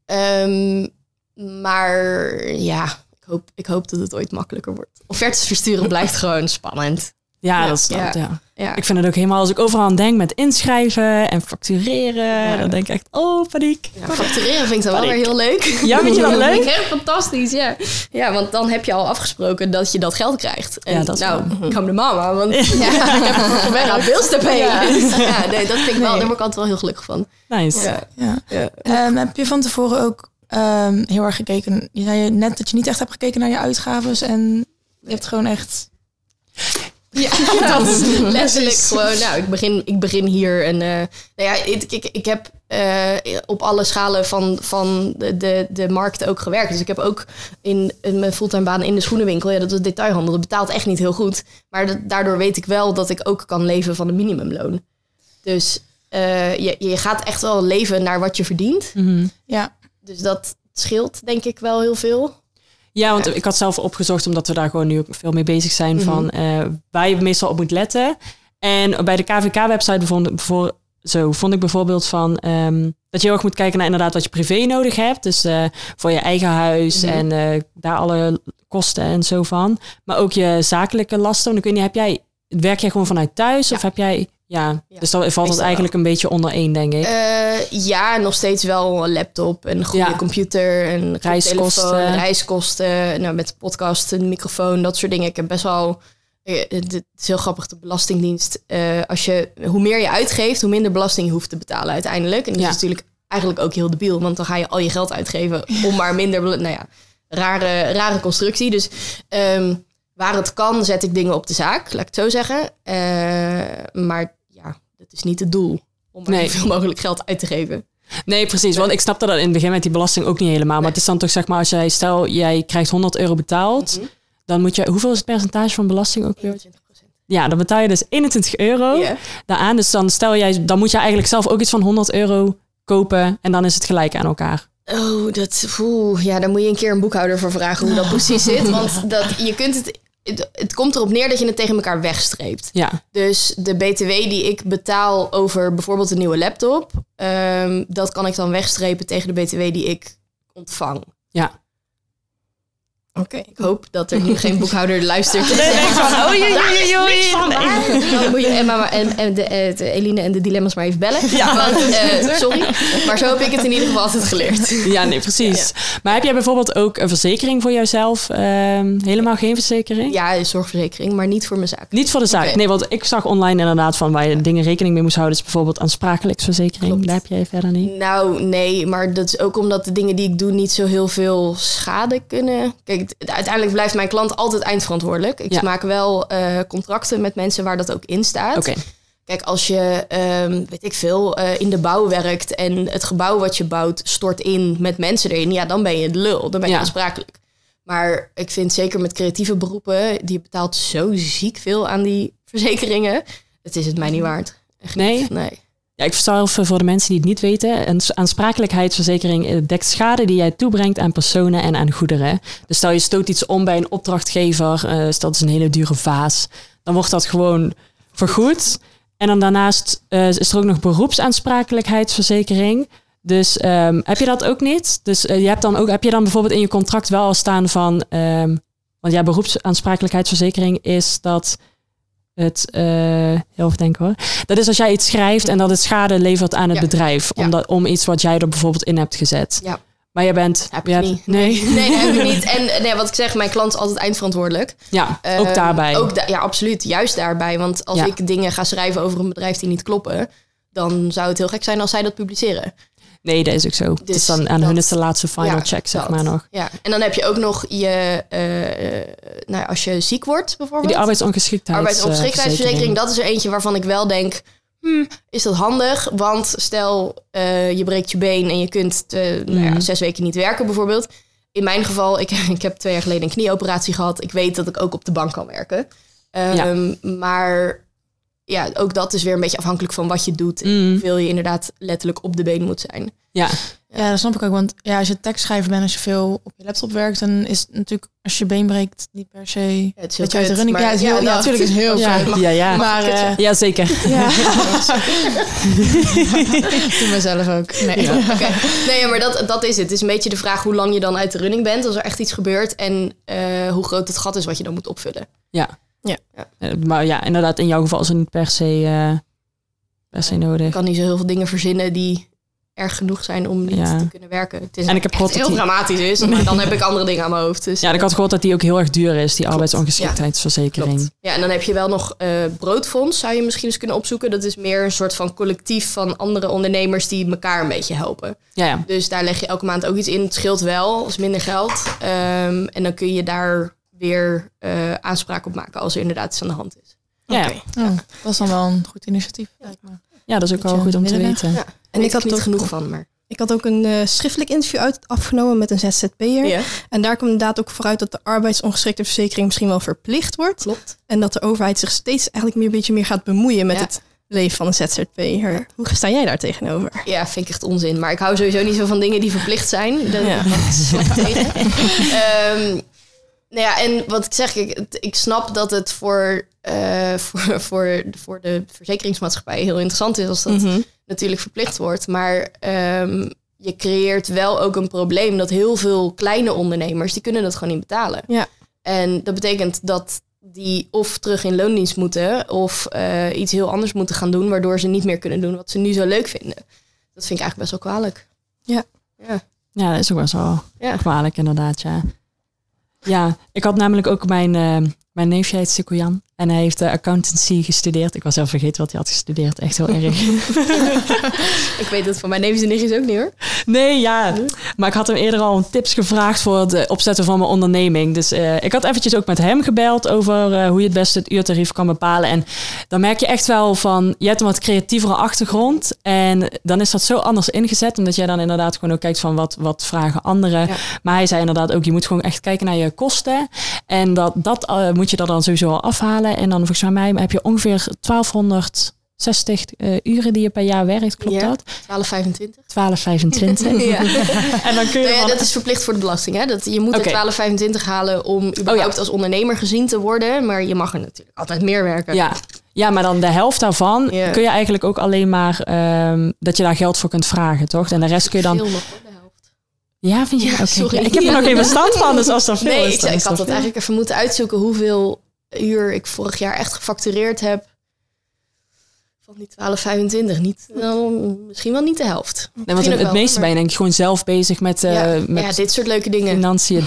[SPEAKER 2] Maar ja, ik hoop dat het ooit makkelijker wordt. Offertes versturen blijft gewoon spannend.
[SPEAKER 1] Ja, dat snap ik.
[SPEAKER 2] Ja. Ja.
[SPEAKER 1] Ik vind het ook helemaal, als ik overal aan denk met inschrijven en factureren, dan denk ik echt, oh, paniek.
[SPEAKER 2] Ja, factureren vind ik dan wel weer heel leuk.
[SPEAKER 1] Ja, vind je dat leuk?
[SPEAKER 2] vind ik echt fantastisch, ja. Ja, want dan heb je al afgesproken dat je dat geld krijgt. En
[SPEAKER 1] Ja, dat is
[SPEAKER 2] ik kom de mama, want ik heb ervoor gewerkt bills te payen. Dus, nee, dat vind ik wel, daar word ik altijd wel heel gelukkig van.
[SPEAKER 1] Nice.
[SPEAKER 2] Ja.
[SPEAKER 3] heb je van tevoren ook heel erg gekeken... Je zei net dat je niet echt hebt gekeken naar je uitgaven en je hebt gewoon echt...
[SPEAKER 2] Ja, dat is letterlijk gewoon. Nou, ik begin hier en ik heb op alle schalen van de markt ook gewerkt. Dus ik heb ook in mijn fulltime baan in de schoenenwinkel. Ja, dat is detailhandel. Dat betaalt echt niet heel goed. Maar daardoor weet ik wel dat ik ook kan leven van een minimumloon. Dus je gaat echt wel leven naar wat je verdient.
[SPEAKER 1] Mhm.
[SPEAKER 3] Ja.
[SPEAKER 2] Dus dat scheelt denk ik wel heel veel.
[SPEAKER 1] Ja, want ik had zelf opgezocht, omdat we daar gewoon nu ook veel mee bezig zijn, van waar je meestal op moet letten. En bij de KVK-website vond ik bijvoorbeeld van dat je heel erg moet kijken naar inderdaad wat je privé nodig hebt. Dus voor je eigen huis en daar alle kosten en zo van. Maar ook je zakelijke lasten. Want ik weet niet, werk jij gewoon vanuit thuis of heb jij... Ja, dus dan valt het eigenlijk een beetje onder één, denk ik.
[SPEAKER 2] Ja, nog steeds wel een laptop, een goede computer, een reiskosten. Nou, met de podcast, een microfoon, dat soort dingen. Ik heb best wel... Het is heel grappig, de Belastingdienst. Hoe meer je uitgeeft, hoe minder belasting je hoeft te betalen uiteindelijk. En dat is natuurlijk eigenlijk ook heel debiel, want dan ga je al je geld uitgeven om maar minder... rare constructie. Dus... waar het kan, zet ik dingen op de zaak, laat ik het zo zeggen. Maar ja, dat is niet het doel om maar zoveel mogelijk geld uit te geven.
[SPEAKER 1] Nee, precies. Want ik snapte dat in het begin met die belasting ook niet helemaal. Maar het is dan toch, zeg maar, als jij krijgt €100 betaald, dan moet je... Hoeveel is het percentage van belasting ook weer?
[SPEAKER 2] 21%.
[SPEAKER 1] Ja, dan betaal je dus €21 daaraan. Dus dan moet je eigenlijk zelf ook iets van €100 kopen en dan is het gelijk aan elkaar.
[SPEAKER 2] Oh, daar moet je een keer een boekhouder voor vragen hoe dat precies zit. Want je kunt het komt erop neer dat je het tegen elkaar wegstreept.
[SPEAKER 1] Ja.
[SPEAKER 2] Dus de BTW die ik betaal over bijvoorbeeld een nieuwe laptop, dat kan ik dan wegstrepen tegen de BTW die ik ontvang.
[SPEAKER 1] Ja.
[SPEAKER 2] Oké. Ik hoop dat er nu geen boekhouder luistert. Dan moet je Emma en Eline en de dilemma's maar even bellen. Ja. Sorry. Maar zo heb ik het in ieder geval altijd geleerd.
[SPEAKER 1] Ja, nee, precies. Ja. Maar heb jij bijvoorbeeld ook een verzekering voor jouzelf? Helemaal geen verzekering?
[SPEAKER 2] Ja, een zorgverzekering, maar niet voor mijn zaak.
[SPEAKER 1] Niet voor de zaak. Okay. Nee, want ik zag online inderdaad van waar je dingen rekening mee moest houden. Dus bijvoorbeeld aansprakelijkheidsverzekering. Klopt. Daar heb jij verder niet?
[SPEAKER 2] Nou, nee. Maar dat is ook omdat de dingen die ik doe niet zo heel veel schade kunnen. Kijk, uiteindelijk blijft mijn klant altijd eindverantwoordelijk. Ik maak wel contracten met mensen waar dat ook in staat.
[SPEAKER 1] Okay.
[SPEAKER 2] Kijk, als je, weet ik veel, in de bouw werkt en het gebouw wat je bouwt stort in met mensen erin, ja, dan ben je de lul. Dan ben je aansprakelijk. Maar ik vind zeker met creatieve beroepen, die betaalt zo ziek veel aan die verzekeringen. Het is het mij niet waard. Echt
[SPEAKER 1] nee?
[SPEAKER 2] Niet. Nee.
[SPEAKER 1] Ja, ik vertel even voor de mensen die het niet weten. Een aansprakelijkheidsverzekering dekt schade die jij toebrengt aan personen en aan goederen. Dus stel je stoot iets om bij een opdrachtgever, stel het is een hele dure vaas, dan wordt dat gewoon vergoed. En dan daarnaast is er ook nog beroepsaansprakelijkheidsverzekering. Dus heb je dat ook niet? Dus heb je dan bijvoorbeeld in je contract wel al staan van... want ja, beroepsaansprakelijkheidsverzekering is dat het... heel even denken hoor. Dat is als jij iets schrijft en dat het schade levert aan het bedrijf. Om iets wat jij er bijvoorbeeld in hebt gezet. Ja. Maar je bent...
[SPEAKER 2] Heb je niet. Nee, dat heb ik niet. En wat ik zeg, mijn klant is altijd eindverantwoordelijk.
[SPEAKER 1] Ja, ook daarbij.
[SPEAKER 2] Ja, absoluut. Juist daarbij. Want als ik dingen ga schrijven over een bedrijf die niet kloppen... dan zou het heel gek zijn als zij dat publiceren.
[SPEAKER 1] Nee, dat is ook zo. Dus het is dan aan hun is de laatste final check, zeg maar nog.
[SPEAKER 2] Ja, en dan heb je ook nog je... als je ziek wordt, bijvoorbeeld.
[SPEAKER 1] Die arbeidsongeschiktheidsverzekering.
[SPEAKER 2] Dat is er eentje waarvan ik wel denk... is dat handig? Want stel, je breekt je been en je kunt 6 weken niet werken, bijvoorbeeld. In mijn geval, ik heb 2 jaar geleden een knieoperatie gehad. Ik weet dat ik ook op de bank kan werken. Maar... ja, ook dat is weer een beetje afhankelijk van wat je doet. En hoeveel je inderdaad letterlijk op de been moet zijn.
[SPEAKER 3] Ja, dat snap ik ook. Want als je tekstschrijver bent, als je veel op je laptop werkt... dan is het natuurlijk, als je been breekt, niet per se...
[SPEAKER 2] het is heel
[SPEAKER 3] uit de running. Ja, natuurlijk is het heel kut.
[SPEAKER 1] Ja. Maar, ja, zeker. Ja.
[SPEAKER 3] Doe mezelf ook. Nee,
[SPEAKER 2] nee, maar dat is het. Het is een beetje de vraag hoe lang je dan uit de running bent... als er echt iets gebeurt en hoe groot het gat is wat je dan moet opvullen.
[SPEAKER 1] Ja. Maar ja, inderdaad, in jouw geval is het niet per se nodig.
[SPEAKER 2] Ik kan niet zo heel veel dingen verzinnen die erg genoeg zijn om niet te kunnen werken. Het is
[SPEAKER 1] ik heb gehoord
[SPEAKER 2] heel dramatisch is, maar dan heb ik andere dingen aan mijn hoofd. Dus,
[SPEAKER 1] ik had gehoord dat die ook heel erg duur is, die arbeidsongeschiktheidsverzekering.
[SPEAKER 2] Klopt. Ja, en dan heb je wel nog broodfonds, zou je misschien eens kunnen opzoeken. Dat is meer een soort van collectief van andere ondernemers die elkaar een beetje helpen. Ja. Dus daar leg je elke maand ook iets in. Het scheelt wel, is minder geld. En dan kun je daar weer aanspraak op maken als er inderdaad iets aan de hand is.
[SPEAKER 3] Ja, dat is dan wel een goed initiatief.
[SPEAKER 1] Ja, dat is ook wel goed om te weten.
[SPEAKER 2] Ja. En ik had er niet genoeg van, maar...
[SPEAKER 5] Ik had ook een schriftelijk interview afgenomen met een ZZP'er. Yeah. En daar komt inderdaad ook vooruit dat de arbeidsongeschiktheidsverzekering misschien wel verplicht wordt.
[SPEAKER 2] Klopt.
[SPEAKER 5] En dat de overheid zich steeds eigenlijk een beetje meer gaat bemoeien met het leven van een ZZP'er. Hoe sta jij daar tegenover?
[SPEAKER 2] Ja, vind ik echt onzin. Maar ik hou sowieso niet zo van dingen die verplicht zijn. Dat is tegen. En wat ik zeg, ik snap dat het voor de verzekeringsmaatschappij heel interessant is als dat natuurlijk verplicht wordt. Maar je creëert wel ook een probleem dat heel veel kleine ondernemers, die kunnen dat gewoon niet betalen. Ja. En dat betekent dat die of terug in loondienst moeten of iets heel anders moeten gaan doen, waardoor ze niet meer kunnen doen wat ze nu zo leuk vinden. Dat vind ik eigenlijk best wel kwalijk.
[SPEAKER 5] Ja,
[SPEAKER 1] dat is ook best wel kwalijk inderdaad, ja. Ja, ik had namelijk ook mijn neefje heet Sikoyan. En hij heeft accountancy gestudeerd. Ik was zelf vergeten wat hij had gestudeerd. Echt heel erg.
[SPEAKER 2] Ik weet het van mijn neefjes en nichtjes ook niet hoor.
[SPEAKER 1] Nee, ja. Maar ik had hem eerder al tips gevraagd voor het opzetten van mijn onderneming. Dus ik had eventjes ook met hem gebeld over hoe je het beste het uurtarief kan bepalen. En dan merk je echt wel van, je hebt een wat creatievere achtergrond. En dan is dat zo anders ingezet. Omdat jij dan inderdaad gewoon ook kijkt van wat vragen anderen. Ja. Maar hij zei inderdaad ook, je moet gewoon echt kijken naar je kosten. En dat moet je er dan sowieso al afhalen. En dan volgens mij heb je ongeveer 1260 uren die je per jaar werkt. Klopt dat?
[SPEAKER 2] 1225.
[SPEAKER 1] 1225.
[SPEAKER 2] Ja. En dan kun je dat is verplicht voor de belasting. Hè? Dat je moet er 1225 halen om überhaupt als ondernemer gezien te worden. Maar je mag er natuurlijk altijd meer werken.
[SPEAKER 1] Ja, maar dan de helft daarvan kun je eigenlijk ook alleen maar dat je daar geld voor kunt vragen, toch? En de rest kun je dan... Ja, vind je? Ja, sorry. Ja, ik heb er nog geen verstand van, dus als dat veel is...
[SPEAKER 2] Ik had dat eigenlijk even moeten uitzoeken hoeveel uur ik vorig jaar echt gefactureerd heb. Van die 1225. Misschien wel niet de helft.
[SPEAKER 1] Nee, want het meeste ben je denk ik gewoon zelf bezig met
[SPEAKER 2] dit soort leuke dingen.
[SPEAKER 1] Financiën.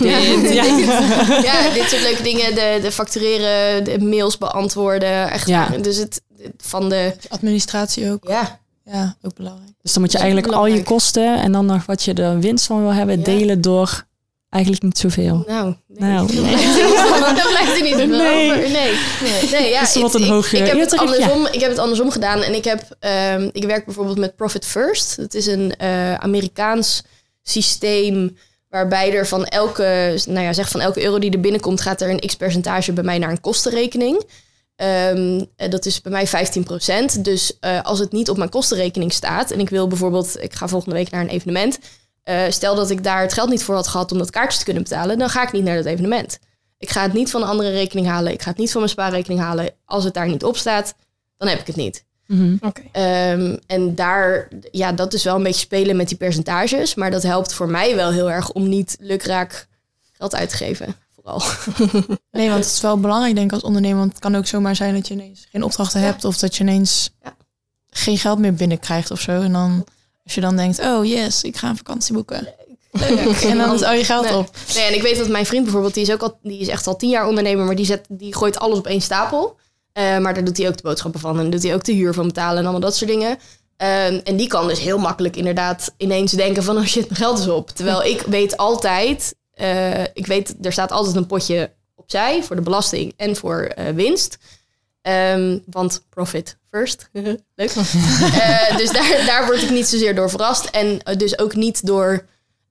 [SPEAKER 2] Dit soort leuke dingen. De factureren, de mails beantwoorden. Echt. Ja. Dus het van de...
[SPEAKER 3] Administratie ook. Ja, ook belangrijk.
[SPEAKER 1] Dus dan moet je eigenlijk al je kosten en dan nog wat je er winst van wil hebben, delen door eigenlijk niet zoveel.
[SPEAKER 2] Nou. Dat blijft er niet zoveel over. Nee. Ja,
[SPEAKER 1] dus wat een hoge
[SPEAKER 2] ik heb het andersom gedaan en ik werk bijvoorbeeld met Profit First. Het is een Amerikaans systeem waarbij er van elke euro die er binnenkomt, gaat er een x percentage bij mij naar een kostenrekening. Dat is bij mij 15%. Dus als het niet op mijn kostenrekening staat... en ik wil bijvoorbeeld... ik ga volgende week naar een evenement... stel dat ik daar het geld niet voor had gehad... om dat kaartjes te kunnen betalen... dan ga ik niet naar dat evenement. Ik ga het niet van een andere rekening halen. Ik ga het niet van mijn spaarrekening halen. Als het daar niet op staat, dan heb ik het niet.
[SPEAKER 1] Mhm.
[SPEAKER 2] En daar, dat is wel een beetje spelen met die percentages. Maar dat helpt voor mij wel heel erg om niet lukraak geld uit te geven. Vooral.
[SPEAKER 3] Nee, want het is wel belangrijk, denk ik, als ondernemer. Want het kan ook zomaar zijn dat je ineens geen opdrachten hebt. Of dat je ineens geen geld meer binnenkrijgt of zo. En dan, als je dan denkt, oh yes, ik ga een vakantie boeken. Leuk. En dan hou je geld op.
[SPEAKER 2] Nee, en ik weet dat mijn vriend bijvoorbeeld, die is echt al 10 jaar ondernemer. Maar die gooit alles op één stapel. Maar daar doet hij ook de boodschappen van. En dan doet hij ook de huur van betalen en allemaal dat soort dingen. En die kan dus heel makkelijk inderdaad ineens denken van... oh shit, mijn geld is op. Terwijl ik weet altijd... er staat altijd een potje opzij voor de belasting en voor winst. Want profit first. Leuk. Dus daar word ik niet zozeer door verrast. En dus ook niet door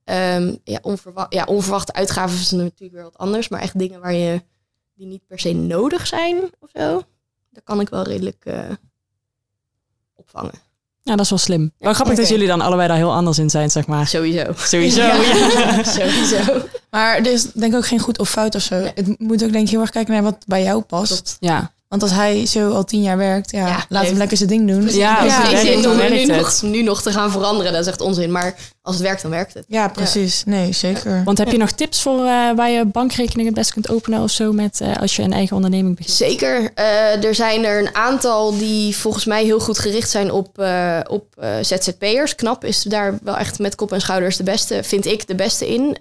[SPEAKER 2] onverwachte uitgaven is natuurlijk weer wat anders. Maar echt dingen die niet per se nodig zijn of zo. Daar kan ik wel redelijk opvangen.
[SPEAKER 1] Ja, dat is wel slim. Wel grappig dat jullie dan allebei daar heel anders in zijn, zeg maar.
[SPEAKER 2] Sowieso.
[SPEAKER 1] Ja.
[SPEAKER 2] Sowieso.
[SPEAKER 3] Maar er is denk ik ook geen goed of fout of zo. Het moet ook denk ik heel erg kijken naar wat bij jou past.
[SPEAKER 2] Klopt.
[SPEAKER 1] Ja.
[SPEAKER 3] Want als hij zo al 10 jaar werkt, laat hem lekker zijn ding doen.
[SPEAKER 1] Ja, als het werkt, dan werkt het.
[SPEAKER 2] Nu nog te gaan veranderen, dat is echt onzin. Maar als het werkt, dan werkt het.
[SPEAKER 3] Ja, precies. Ja. Nee, zeker.
[SPEAKER 1] Want heb je nog tips voor waar je bankrekening het best kunt openen of zo met als je een eigen onderneming begint?
[SPEAKER 2] Zeker. Er zijn er een aantal die volgens mij heel goed gericht zijn op ZZP'ers. Knap is daar wel echt met kop en schouders vind ik de beste in.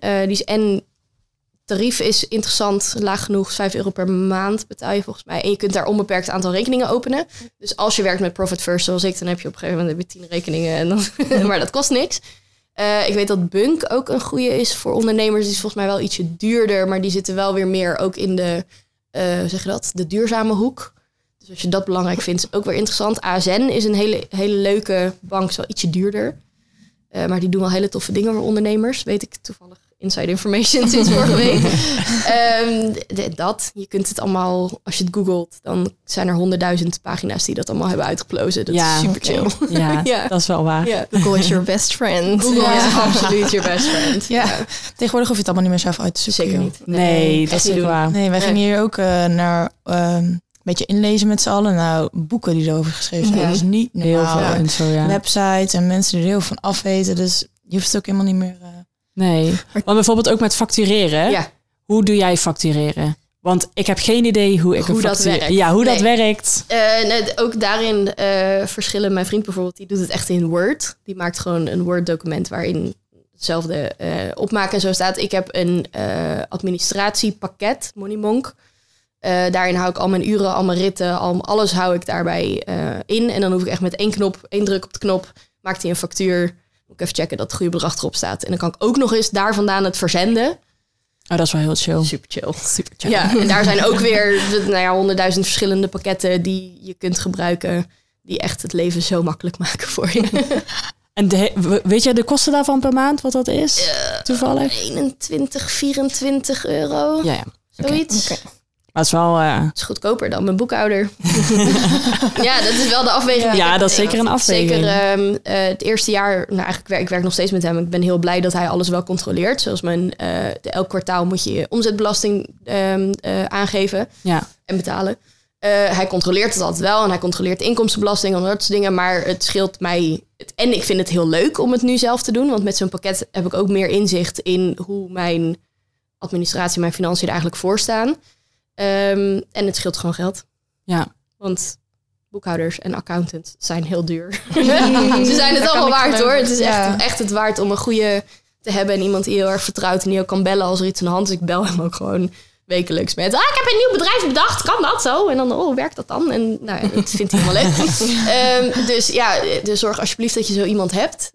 [SPEAKER 2] Tarief is interessant, laag genoeg, €5 per maand betaal je volgens mij. En je kunt daar onbeperkt aantal rekeningen openen. Dus als je werkt met Profit First zoals ik, dan heb je op een gegeven moment 10 rekeningen. En dan, maar dat kost niks. Ik weet dat Bunk ook een goede is voor ondernemers. Die is volgens mij wel ietsje duurder, maar die zitten wel weer meer ook in de, de duurzame hoek. Dus als je dat belangrijk vindt, is ook weer interessant. ASN is een hele leuke bank, is wel ietsje duurder. Maar die doen wel hele toffe dingen voor ondernemers, weet ik toevallig. Inside information sinds vorige week. Je kunt het allemaal, als je het googelt, dan zijn er 100.000 pagina's die dat allemaal hebben uitgeplozen. Dat is super chill.
[SPEAKER 1] Ja, dat is wel waar.
[SPEAKER 2] Ja.
[SPEAKER 5] Google is your best friend.
[SPEAKER 2] Google is absoluut your best friend.
[SPEAKER 3] Ja. Tegenwoordig hoef je het allemaal niet meer zelf uit te zoeken.
[SPEAKER 2] Zeker niet.
[SPEAKER 1] Nee, dat is ook waar.
[SPEAKER 3] Nee, wij gingen hier ook naar een beetje inlezen met z'n allen. Nou, boeken die erover geschreven zijn. Dat is niet normaal.
[SPEAKER 1] Heel veel info, ja.
[SPEAKER 3] Websites en mensen die er heel veel van afweten. Dus je hoeft het ook helemaal niet meer...
[SPEAKER 1] Nee, maar bijvoorbeeld ook met factureren.
[SPEAKER 2] Ja.
[SPEAKER 1] Hoe doe jij factureren? Want ik heb geen idee hoe
[SPEAKER 2] dat werkt.
[SPEAKER 1] Ja, dat werkt.
[SPEAKER 2] Ook daarin verschillen. Mijn vriend bijvoorbeeld, die doet het echt in Word. Die maakt gewoon een Word-document waarin hetzelfde opmaken en zo staat. Ik heb een administratiepakket, Moneymonk. Daarin hou ik al mijn uren, al mijn ritten, alles hou ik daarbij in. En dan hoef ik echt met één druk op de knop, maakt hij een factuur. Moet ik even checken dat het goede bedrag erop staat. En dan kan ik ook nog eens daar vandaan het verzenden.
[SPEAKER 1] Oh, dat is wel heel chill.
[SPEAKER 2] Super chill. Ja, en daar zijn ook weer 100.000 verschillende pakketten die je kunt gebruiken. Die echt het leven zo makkelijk maken voor je.
[SPEAKER 1] En weet je de kosten daarvan per maand, wat dat is? Toevallig?
[SPEAKER 2] 21, 24 euro.
[SPEAKER 1] Ja.
[SPEAKER 2] Zoiets.
[SPEAKER 1] Okay. Maar het is wel...
[SPEAKER 2] Het is goedkoper dan mijn boekhouder. Ja, dat is wel de afweging.
[SPEAKER 1] Ja, dat is zeker een afweging.
[SPEAKER 2] Zeker het eerste jaar, eigenlijk ik werk nog steeds met hem. Ik ben heel blij dat hij alles wel controleert. Zoals elk kwartaal moet je je omzetbelasting aangeven en betalen. Hij controleert het altijd wel en hij controleert de inkomstenbelasting en dat soort dingen. Maar het scheelt mij... En ik vind het heel leuk om het nu zelf te doen. Want met zo'n pakket heb ik ook meer inzicht in hoe mijn administratie, mijn financiën er eigenlijk voor staan. En het scheelt gewoon geld.
[SPEAKER 1] Ja.
[SPEAKER 2] Want boekhouders en accountants zijn heel duur. Ze zijn het allemaal waard hoor. Het is echt het waard om een goede te hebben. En iemand die heel erg vertrouwt en die ook kan bellen als er iets aan de hand is. Ik bel hem ook gewoon wekelijks met... ik heb een nieuw bedrijf bedacht. Kan dat zo? En dan, hoe werkt dat dan? En dat vindt hij helemaal leuk. Dus ja, zorg alsjeblieft dat je zo iemand hebt.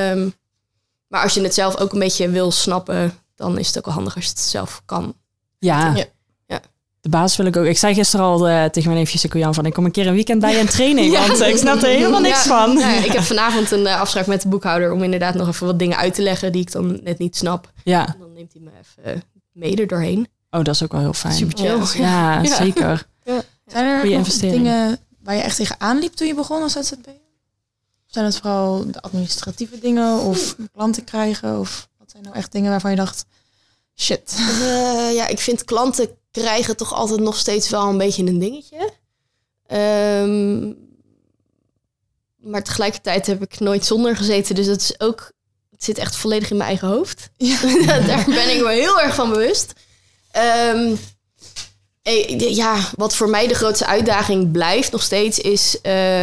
[SPEAKER 2] Maar als je het zelf ook een beetje wil snappen... dan is het ook wel handig als je het zelf kan.
[SPEAKER 1] Ja. De basis wil ik ook. Ik zei gisteren al tegen mijn neefje Jan van... ik kom een keer een weekend bij je een training. Want ik snap er helemaal niks van.
[SPEAKER 2] Ja, ik heb vanavond een afspraak met de boekhouder... om inderdaad nog even wat dingen uit te leggen... die ik dan net niet snap.
[SPEAKER 1] Ja.
[SPEAKER 2] En dan neemt hij me even mee er doorheen.
[SPEAKER 1] Oh, dat is ook wel heel fijn.
[SPEAKER 2] Super chill.
[SPEAKER 1] Ja, zeker.
[SPEAKER 3] Zijn er
[SPEAKER 1] Goeie
[SPEAKER 3] nog
[SPEAKER 1] investering.
[SPEAKER 3] dingen waar je echt tegenaan liep toen je begon als ZZP'er? Of zijn het vooral de administratieve dingen of klanten krijgen? Of wat zijn nou echt dingen waarvan je dacht, shit.
[SPEAKER 2] Ik vind klanten krijgen toch altijd nog steeds wel een beetje een dingetje. Maar tegelijkertijd heb ik nooit zonder gezeten. Dus dat is ook, het zit echt volledig in mijn eigen hoofd.
[SPEAKER 3] Ja.
[SPEAKER 2] Daar ben ik me heel erg van bewust. Wat voor mij de grootste uitdaging blijft nog steeds is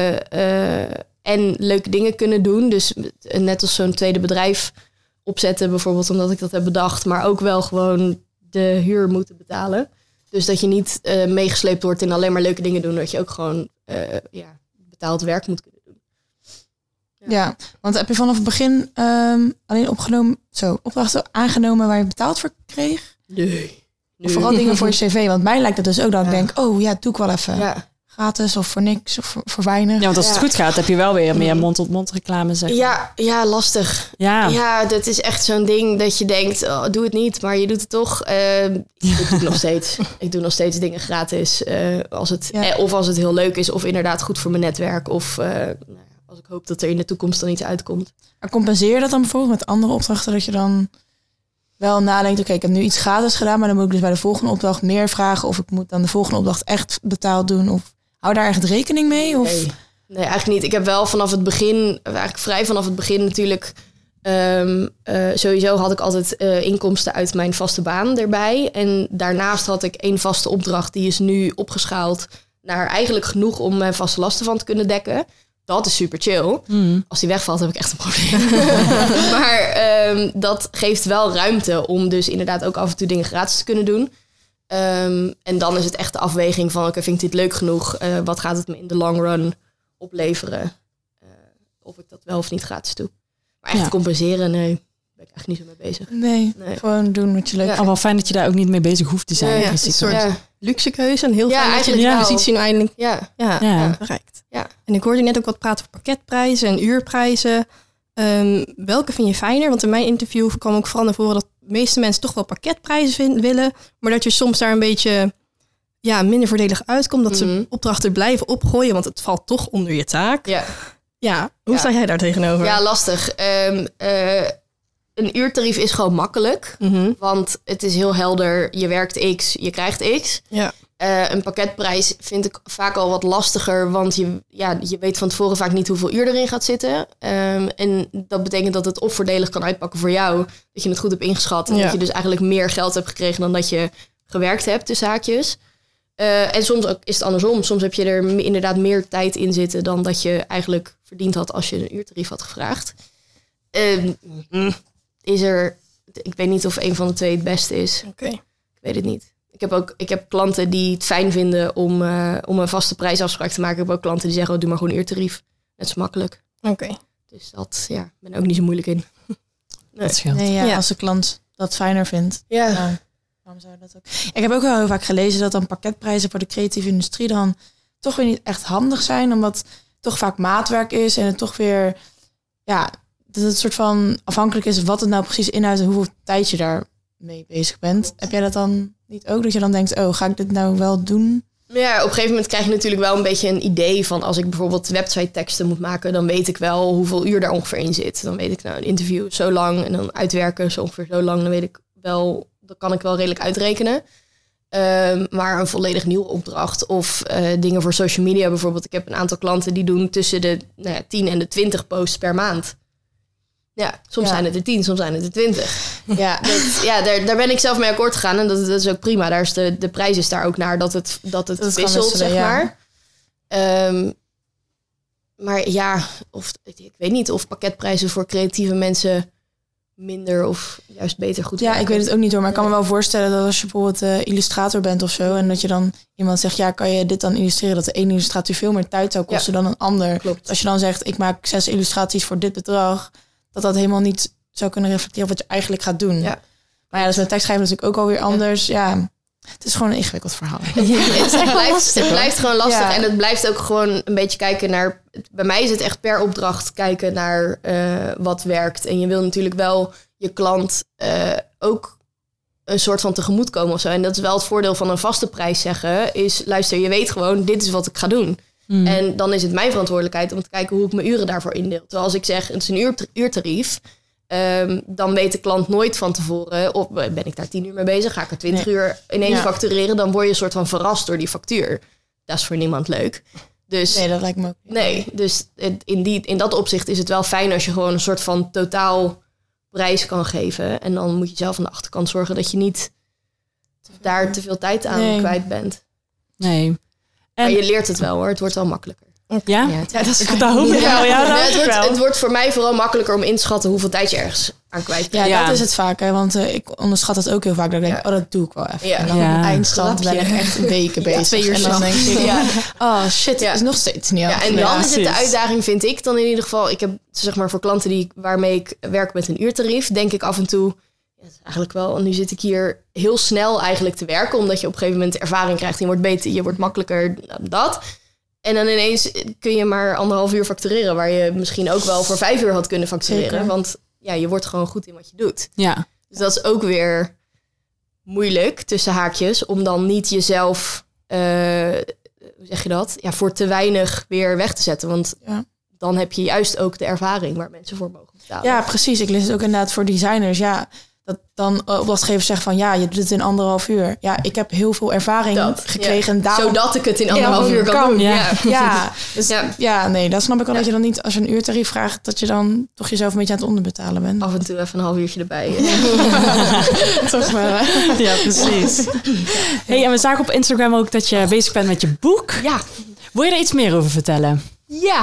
[SPEAKER 2] en leuke dingen kunnen doen. Dus net als zo'n tweede bedrijf opzetten bijvoorbeeld, omdat ik dat heb bedacht. Maar ook wel gewoon de huur moeten betalen. Dus dat je niet meegesleept wordt in alleen maar leuke dingen doen. Dat je ook gewoon betaald werk moet kunnen doen.
[SPEAKER 3] Ja, want heb je vanaf het begin alleen opdrachten aangenomen waar je betaald voor kreeg?
[SPEAKER 2] Nee.
[SPEAKER 3] Of vooral dingen voor je cv? Want mij lijkt het dus ook dat ik denk, doe ik wel even.
[SPEAKER 2] Ja.
[SPEAKER 3] Gratis of voor niks of voor weinig.
[SPEAKER 1] Ja, want als het goed gaat, heb je wel weer meer mond-tot-mond reclame. Zeg.
[SPEAKER 2] Ja, lastig.
[SPEAKER 1] Ja.
[SPEAKER 2] Ja, dat is echt zo'n ding dat je denkt, doe het niet, maar je doet het toch. Ik doe het nog steeds. Ik doe nog steeds dingen gratis. Of als het heel leuk is, of inderdaad goed voor mijn netwerk. Of als ik hoop dat er in de toekomst dan iets uitkomt.
[SPEAKER 3] Maar compenseer je dat dan bijvoorbeeld met andere opdrachten? Dat je dan wel nadenkt, oké, ik heb nu iets gratis gedaan, maar dan moet ik dus bij de volgende opdracht meer vragen. Of ik moet dan de volgende opdracht echt betaald doen. Of hou daar echt rekening mee? Of?
[SPEAKER 2] Nee, eigenlijk niet. Ik heb wel vanaf het begin, eigenlijk vrij vanaf het begin natuurlijk, sowieso had ik altijd inkomsten uit mijn vaste baan erbij. En daarnaast had ik 1 vaste opdracht, die is nu opgeschaald naar eigenlijk genoeg om mijn vaste lasten van te kunnen dekken. Dat is super chill. Als die wegvalt, heb ik echt een probleem. Maar dat geeft wel ruimte om dus inderdaad ook af en toe dingen gratis te kunnen doen. En dan is het echt de afweging van, oké, vind ik dit leuk genoeg? Wat gaat het me in de long run opleveren? Of ik dat wel of niet gratis doe. Maar echt compenseren, nee. Daar ben ik echt niet zo mee bezig.
[SPEAKER 3] Nee, gewoon doen wat je leuk vindt.
[SPEAKER 1] Al wel fijn dat je daar ook niet mee bezig hoeft te zijn.
[SPEAKER 2] Ja,
[SPEAKER 5] Een soort luxe keuze en heel fijn dat je
[SPEAKER 2] eigenlijk
[SPEAKER 5] de
[SPEAKER 2] wel.
[SPEAKER 5] positie nu eindelijk
[SPEAKER 1] Ja.
[SPEAKER 5] bereikt.
[SPEAKER 2] Ja.
[SPEAKER 5] En ik hoorde je net ook wat praten over pakketprijzen en uurprijzen. Welke vind je fijner? Want in mijn interview kwam ook vooral naar voren dat de meeste mensen toch wel pakketprijzen willen, maar dat je soms daar een beetje minder voordelig uitkomt, dat ze opdrachten blijven opgooien, want het valt toch onder je taak.
[SPEAKER 2] Ja.
[SPEAKER 5] Hoe sta jij daar tegenover?
[SPEAKER 2] Ja, lastig. Een uurtarief is gewoon makkelijk, want het is heel helder. Je werkt X, je krijgt X.
[SPEAKER 5] Ja.
[SPEAKER 2] Een pakketprijs vind ik vaak al wat lastiger, want je weet van tevoren vaak niet hoeveel uur erin gaat zitten. En dat betekent dat het of voordelig kan uitpakken voor jou, dat je het goed hebt ingeschat en dat je dus eigenlijk meer geld hebt gekregen dan dat je gewerkt hebt, tussen haakjes. En soms ook is het andersom. Soms heb je er inderdaad meer tijd in zitten dan dat je eigenlijk verdiend had als je een uurtarief had gevraagd. Ik weet niet of een van de twee het beste is.
[SPEAKER 5] Oké.
[SPEAKER 2] Ik weet het niet. Ik heb klanten die het fijn vinden om een vaste prijsafspraak te maken. Ik heb ook klanten die zeggen, doe maar gewoon een uurtarief. Net zo makkelijk.
[SPEAKER 5] Oké.
[SPEAKER 2] Dus dat, ik ben er ook niet zo moeilijk in.
[SPEAKER 1] Dat scheelt.
[SPEAKER 3] Nee, als de klant dat fijner vindt.
[SPEAKER 2] Ja.
[SPEAKER 3] Waarom zou je dat ook? Ik heb ook wel heel vaak gelezen dat dan pakketprijzen voor de creatieve industrie dan toch weer niet echt handig zijn, omdat het toch vaak maatwerk is en het toch weer, dat het soort van afhankelijk is wat het nou precies inhoudt en hoeveel tijd je daarmee bezig bent. Heb jij dat dan niet ook? Dat je dan denkt, ga ik dit nou wel doen?
[SPEAKER 2] Ja, op een gegeven moment krijg je natuurlijk wel een beetje een idee van, als ik bijvoorbeeld website teksten moet maken, dan weet ik wel hoeveel uur daar ongeveer in zit. Dan weet ik, een interview zo lang en dan uitwerken zo ongeveer zo lang. Dan weet ik wel, dat kan ik wel redelijk uitrekenen. Maar een volledig nieuwe opdracht of dingen voor social media bijvoorbeeld. Ik heb een aantal klanten die doen tussen de 10 en de 20 posts per maand. Ja, soms zijn het er 10, soms zijn het er 20. Daar ben ik zelf mee akkoord gegaan en dat is ook prima. Daar is de prijs is daar ook naar dat het wisselt, zeg maar. Maar ik weet niet of pakketprijzen voor creatieve mensen minder of juist beter goed
[SPEAKER 3] werken. Ik weet het ook niet hoor, maar ik kan me wel voorstellen dat als je bijvoorbeeld illustrator bent of zo en dat je dan iemand zegt, kan je dit dan illustreren, dat de ene illustratie veel meer tijd zou kosten dan een ander.
[SPEAKER 2] Klopt.
[SPEAKER 3] Als je dan zegt, ik maak 6 illustraties voor dit bedrag, dat helemaal niet zou kunnen reflecteren op wat je eigenlijk gaat doen. Ja. Maar dat is met tekstschrijven natuurlijk ook alweer anders. Ja, het is gewoon een ingewikkeld verhaal.
[SPEAKER 2] Het blijft gewoon lastig en het blijft ook gewoon een beetje kijken naar, bij mij is het echt per opdracht kijken naar wat werkt. En je wil natuurlijk wel je klant ook een soort van tegemoetkomen of zo. En dat is wel het voordeel van een vaste prijs zeggen. Is, luister, je weet gewoon, dit is wat ik ga doen. En dan is het mijn verantwoordelijkheid om te kijken hoe ik mijn uren daarvoor indeel. Terwijl als ik zeg, het is een uurtarief... dan weet de klant nooit van tevoren... of ben ik daar 10 uur mee bezig? Ga ik er 20 uur ineens factureren? Dan word je een soort van verrast door die factuur. Dat is voor niemand leuk. Dus,
[SPEAKER 3] Nee, dat lijkt me ook niet.
[SPEAKER 2] Nee, dus in dat opzicht is het wel fijn... als je gewoon een soort van totaal prijs kan geven. En dan moet je zelf aan de achterkant zorgen... dat je niet daar te veel tijd aan kwijt bent.
[SPEAKER 1] Nee.
[SPEAKER 2] Maar je leert het wel hoor. Het wordt wel makkelijker.
[SPEAKER 1] Ja?
[SPEAKER 2] Ja,
[SPEAKER 1] Dat hoop ik wel. Ja,
[SPEAKER 2] het wordt voor mij vooral makkelijker om in te schatten hoeveel tijd je ergens aan kwijt bent.
[SPEAKER 3] Ja, dat is het vaak. Hè? Want ik onderschat het ook heel vaak. Dat ik denk, dat doe ik wel even.
[SPEAKER 2] Ja.
[SPEAKER 3] En dan op de eindstand ben ik echt weken bezig.
[SPEAKER 2] 2 uur
[SPEAKER 3] en dan denk ik, oh shit, het is nog steeds niet af.
[SPEAKER 2] Ja, en dan is het de uitdaging, vind ik dan in ieder geval. Ik heb zeg maar voor klanten waarmee ik werk met een uurtarief, denk ik af en toe, het is eigenlijk wel, nu zit ik hier heel snel eigenlijk te werken, omdat je op een gegeven moment ervaring krijgt. Je wordt beter, je wordt makkelijker, dat. En dan ineens kun je maar 1,5 uur factureren, waar je misschien ook wel voor 5 uur had kunnen factureren.
[SPEAKER 3] Zeker.
[SPEAKER 2] Want ja, je wordt gewoon goed in wat je doet.
[SPEAKER 1] Ja.
[SPEAKER 2] Dus dat is ook weer moeilijk, tussen haakjes, om dan niet jezelf, hoe zeg je dat? Ja, voor te weinig weer weg te zetten. Want dan heb je juist ook de ervaring waar mensen voor mogen betalen.
[SPEAKER 3] Ja, precies. Ik lees het ook inderdaad voor designers. Ja, dat dan opdrachtgevers zeggen van, ja, je doet het in 1,5 uur. Ja, ik heb heel veel ervaring gekregen.
[SPEAKER 2] Ja. Zodat ik het in 1,5 uur kan doen.
[SPEAKER 3] Ja. Dus, nee, dat snap ik wel dat je dan niet, als je een uurtarief vraagt, dat je dan toch jezelf een beetje aan het onderbetalen bent.
[SPEAKER 2] Af en toe even een half uurtje erbij.
[SPEAKER 3] Toch wel, hè?
[SPEAKER 1] Ja, precies. Hey, en we zagen op Instagram ook dat je bezig bent met je boek.
[SPEAKER 2] Ja.
[SPEAKER 1] Wil je er iets meer over vertellen?
[SPEAKER 2] Ja.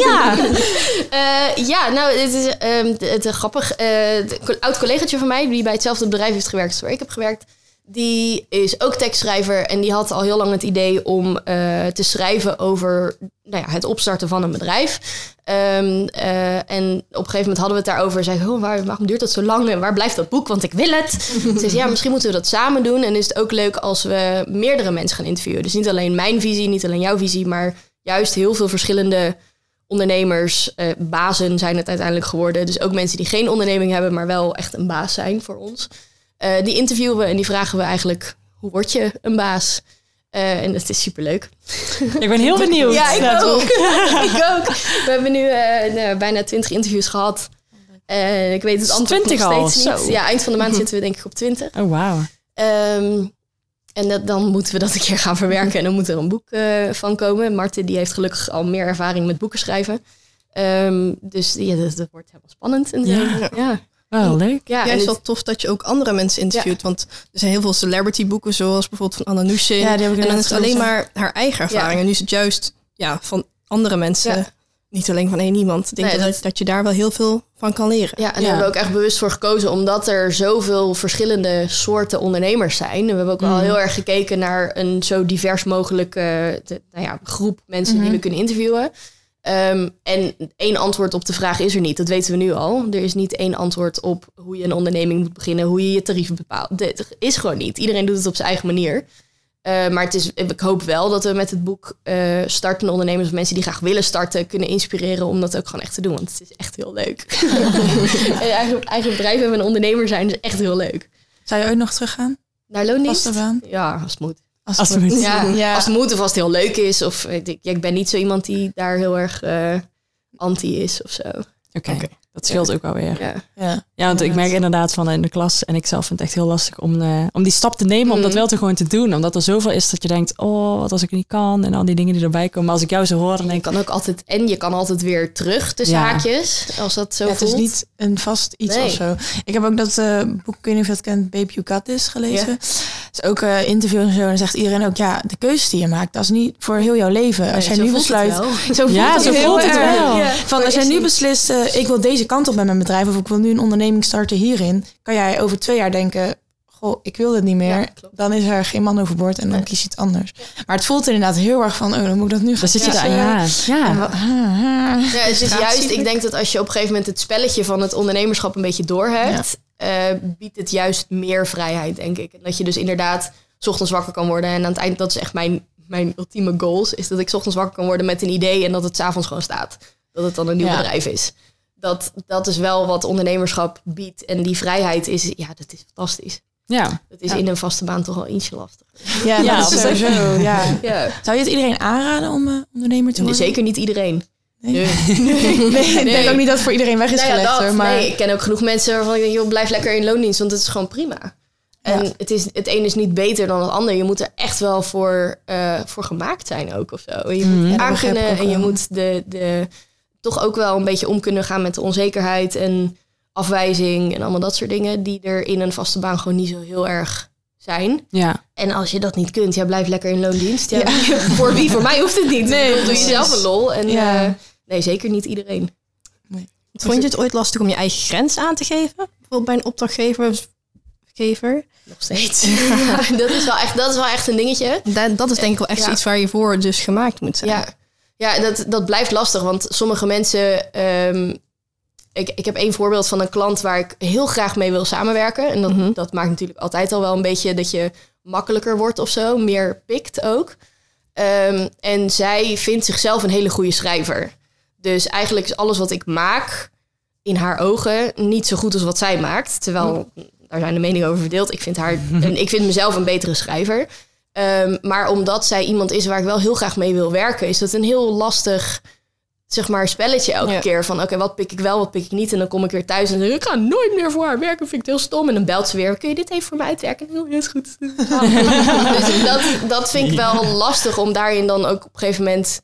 [SPEAKER 2] Nou, het is het grappig. Een oud collegaatje van mij, die bij hetzelfde bedrijf heeft gewerkt als waar ik heb gewerkt, die is ook tekstschrijver en die had al heel lang het idee om te schrijven over het opstarten van een bedrijf. En op een gegeven moment hadden we het daarover. Zei waarom duurt dat zo lang en waar blijft dat boek? Want ik wil het. Ze zei, misschien moeten we dat samen doen. En is het ook leuk als we meerdere mensen gaan interviewen. Dus niet alleen mijn visie, niet alleen jouw visie, maar juist heel veel verschillende ondernemers, bazen zijn het uiteindelijk geworden. Dus ook mensen die geen onderneming hebben, maar wel echt een baas zijn voor ons. Die interviewen we en die vragen we eigenlijk, hoe word je een baas? En dat is superleuk.
[SPEAKER 1] Ik ben heel benieuwd.
[SPEAKER 2] Ja, ik ook. Ik ook. We hebben nu bijna 20 interviews gehad. Ik weet het antwoord nog steeds niet. Ja, eind van de maand zitten we denk ik op 20.
[SPEAKER 1] Oh, wauw.
[SPEAKER 2] En dan moeten we dat een keer gaan verwerken. En dan moet er een boek van komen. Marten die heeft gelukkig al meer ervaring met boeken schrijven. Dus dat wordt helemaal spannend. En ja.
[SPEAKER 1] Wel leuk.
[SPEAKER 2] Ja,
[SPEAKER 5] het is wel tof dat je ook andere mensen interviewt. Want er zijn heel veel celebrity boeken, zoals bijvoorbeeld van Anna Nushin.
[SPEAKER 3] Ja, die heb ik
[SPEAKER 5] en dan is het alleen maar haar eigen ervaring. En nu is het juist van andere mensen. Ja. Niet alleen van niemand. Ik denk dat je daar wel heel veel van kan leren.
[SPEAKER 2] Ja, en daar hebben we ook echt bewust voor gekozen. Omdat er zoveel verschillende soorten ondernemers zijn. We hebben ook wel heel erg gekeken naar een zo divers mogelijke groep mensen die we kunnen interviewen. En 1 antwoord op de vraag is er niet. Dat weten we nu al. Er is niet 1 antwoord op hoe je een onderneming moet beginnen. Hoe je je tarieven bepaalt. Dat is gewoon niet. Iedereen doet het op zijn eigen manier. Maar ik hoop wel dat we met het boek startende ondernemers of mensen die graag willen starten kunnen inspireren om dat ook gewoon echt te doen. Want het is echt heel leuk. eigen bedrijf hebben en ondernemer zijn is echt heel leuk.
[SPEAKER 3] Zou je ooit nog teruggaan?
[SPEAKER 2] Naar loondienst? Ja, als het moet.
[SPEAKER 3] Als het moet.
[SPEAKER 2] Ja, als het moet of als het heel leuk is. Of ik ben niet zo iemand die daar heel erg anti is of zo.
[SPEAKER 1] Oké. Dat scheelt ook wel weer.
[SPEAKER 2] Ja,
[SPEAKER 1] want ik merk inderdaad van in de klas, en ik zelf vind het echt heel lastig om die stap te nemen, om dat wel gewoon te doen. Omdat er zoveel is dat je denkt, wat als ik het niet kan, en al die dingen die erbij komen. Maar als ik jou zo hoor, dan denk ik...
[SPEAKER 2] Je kan altijd weer terug tussen haakjes, als dat zo voelt.
[SPEAKER 3] Het is niet een vast iets of zo. Ik heb ook dat boek, ik weet niet of je het kent, Babe You Got This, gelezen. Ja. Het is ook interview en zo, en dan zegt iedereen ook, de keuzes die je maakt, dat is niet voor heel jouw leven. Als jij nu besluit...
[SPEAKER 1] Zo voelt het wel.
[SPEAKER 3] Van, als jij nu beslist, ik wil deze kant op met mijn bedrijf, of ik wil nu een onderneming starten hierin, kan jij over 2 jaar denken, ik wil dit niet meer. Ja, dan is er geen man overboord en dan kies je iets anders. Maar het voelt inderdaad heel erg van, dan moet ik dat nu gaan.
[SPEAKER 1] Dan zit je daar,
[SPEAKER 2] het is juist, ik denk dat als je op een gegeven moment het spelletje van het ondernemerschap een beetje door hebt, biedt het juist meer vrijheid, denk ik. En dat je dus inderdaad 's ochtends wakker kan worden en aan het eind, dat is echt mijn ultieme goals, is dat ik 's ochtends wakker kan worden met een idee en dat het 's avonds gewoon staat. Dat het dan een nieuw bedrijf is. Dat is wel wat ondernemerschap biedt. En die vrijheid is, dat is fantastisch.
[SPEAKER 1] Ja.
[SPEAKER 2] Dat is in een vaste baan toch wel ietsje lastig.
[SPEAKER 3] Ja,
[SPEAKER 1] Ja,
[SPEAKER 3] dat is sowieso. Ja.
[SPEAKER 2] Ja.
[SPEAKER 3] Zou je het iedereen aanraden om ondernemer te worden?
[SPEAKER 2] Zeker niet iedereen.
[SPEAKER 3] Nee. Ik denk ook niet dat het voor iedereen weg is
[SPEAKER 2] Nou ja,
[SPEAKER 3] gelegd.
[SPEAKER 2] dat.
[SPEAKER 3] Hoor, maar...
[SPEAKER 2] Nee, ik ken ook genoeg mensen waarvan ik denk, joh, blijf lekker in loondienst, want het is gewoon prima. En het een is niet beter dan het ander. Je moet er echt wel voor gemaakt zijn ook of zo. Je moet aankunnen en je moet toch ook wel een beetje om kunnen gaan met de onzekerheid en afwijzing en allemaal dat soort dingen die er in een vaste baan gewoon niet zo heel erg zijn.
[SPEAKER 1] Ja.
[SPEAKER 2] En als je dat niet kunt, blijf lekker in loondienst. Ja. Voor wie? Voor mij hoeft het niet.
[SPEAKER 3] Nee,
[SPEAKER 2] doe je zelf een lol. En nee, zeker niet iedereen.
[SPEAKER 5] Vond je het ooit lastig om je eigen grens aan te geven? Bijvoorbeeld bij een opdrachtgever?
[SPEAKER 2] Nog steeds. Ja, dat is wel echt een dingetje.
[SPEAKER 5] Dat is denk ik wel echt iets waar je voor dus gemaakt moet zijn.
[SPEAKER 2] Ja, dat blijft lastig. Want sommige mensen... Ik heb 1 voorbeeld van een klant waar ik heel graag mee wil samenwerken. En dat maakt natuurlijk altijd al wel een beetje dat je makkelijker wordt of zo. Meer pikt ook. En zij vindt zichzelf een hele goede schrijver. Dus eigenlijk is alles wat ik maak in haar ogen niet zo goed als wat zij maakt. Terwijl, daar zijn de meningen over verdeeld. Ik vind mezelf een betere schrijver. Maar omdat zij iemand is waar ik wel heel graag mee wil werken, is dat een heel lastig, zeg maar, spelletje elke keer. Van oké, wat pik ik wel, wat pik ik niet? En dan kom ik weer thuis en zeg ik ga nooit meer voor haar werken. Vind ik het heel stom. En dan belt ze weer, kun je dit even voor mij uitwerken? Oh, ja, is goed. Dus dat vind ik wel lastig om daarin dan ook op een gegeven moment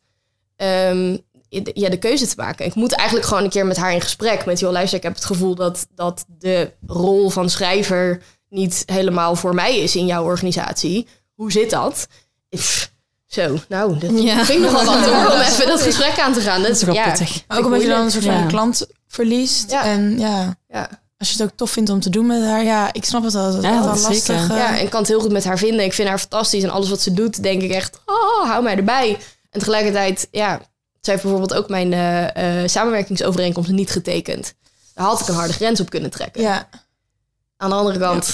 [SPEAKER 2] de keuze te maken. Ik moet eigenlijk gewoon een keer met haar in gesprek. Met, joh, luister, ik heb het gevoel dat de rol van schrijver niet helemaal voor mij is in jouw organisatie. Hoe zit dat? Zo, nou, dat vind ik nogal wat hoor, om even dat gesprek aan te gaan. Dat is wel pittig.
[SPEAKER 3] Ook omdat je dan een soort van klant verliest. Ja. En als je het ook tof vindt om te doen met haar. Ja, ik snap het wel. Dat is wel lastig.
[SPEAKER 2] Ja, en ik kan het heel goed met haar vinden. Ik vind haar fantastisch. En alles wat ze doet, denk ik echt, hou mij erbij. En tegelijkertijd, zij heeft bijvoorbeeld ook mijn samenwerkingsovereenkomst niet getekend. Daar had ik een harde grens op kunnen trekken.
[SPEAKER 3] Ja.
[SPEAKER 2] Aan de andere kant,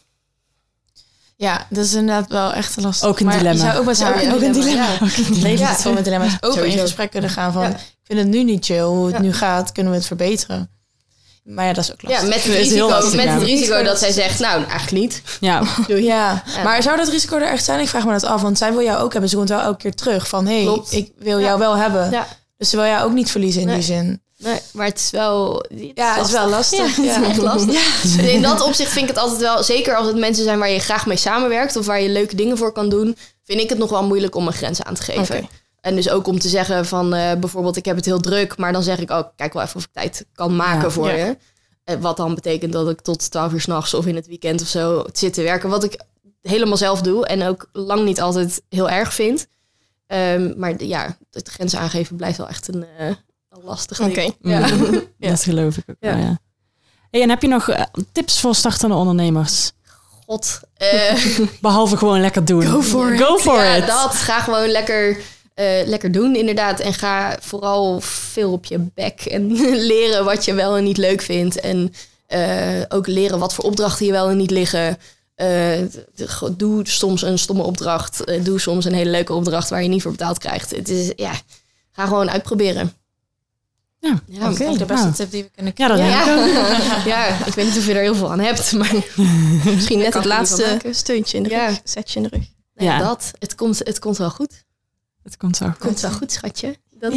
[SPEAKER 3] Ja, dat is inderdaad wel echt lastig.
[SPEAKER 1] Ook een dilemma.
[SPEAKER 3] Je zou ook met haar ook een dilemma. Leven het vol met dilemma's. Ook in gesprek kunnen gaan van, ik vind het nu niet chill, hoe het nu gaat, kunnen we het verbeteren? Maar ja, dat is ook lastig.
[SPEAKER 2] Ja, met het risico dat zij zegt, nou, eigenlijk niet.
[SPEAKER 3] Ja. Maar zou dat risico er echt zijn? Ik vraag me dat af, want zij wil jou ook hebben. Ze komt wel elke keer terug van, ik wil jou wel hebben. Ja. Dus ze wil jou ook niet verliezen in die zin.
[SPEAKER 2] Nee, maar het is wel...
[SPEAKER 3] Het is wel lastig.
[SPEAKER 2] Ja, het is echt lastig. Ja. In dat opzicht vind ik het altijd wel... Zeker als het mensen zijn waar je graag mee samenwerkt... of waar je leuke dingen voor kan doen... vind ik het nog wel moeilijk om een grens aan te geven. Okay. En dus ook om te zeggen van... bijvoorbeeld, ik heb het heel druk... maar dan zeg ik ook... kijk wel even of ik tijd kan maken voor je. Wat dan betekent dat ik tot 12 uur 's nachts... of in het weekend of zo zit te werken. Wat ik helemaal zelf doe... en ook lang niet altijd heel erg vind. Maar het grens aangeven blijft wel echt een lastig ding.
[SPEAKER 5] Okay.
[SPEAKER 2] Ja.
[SPEAKER 1] Dat geloof ik ook wel, ja. Hey, en heb je nog tips voor startende ondernemers?
[SPEAKER 2] God.
[SPEAKER 1] Behalve gewoon lekker doen.
[SPEAKER 2] Go for
[SPEAKER 1] it.
[SPEAKER 2] Dat. Ga gewoon lekker doen, inderdaad. En ga vooral veel op je bek. En leren wat je wel en niet leuk vindt. En ook leren wat voor opdrachten je wel en niet liggen. Doe soms een stomme opdracht. Doe soms een hele leuke opdracht waar je niet voor betaald krijgt. Het is, ga gewoon uitproberen.
[SPEAKER 3] Ja, oké. De beste tip die we kunnen krijgen.
[SPEAKER 1] Ja, dat denk ik ook.
[SPEAKER 2] Ja, ik weet niet of je er heel veel aan hebt, maar
[SPEAKER 5] misschien net het laatste steuntje in de rug, setje in de rug.
[SPEAKER 2] Ja, dat. Het komt wel goed.
[SPEAKER 1] Het komt wel goed.
[SPEAKER 2] Komt wel goed, schatje.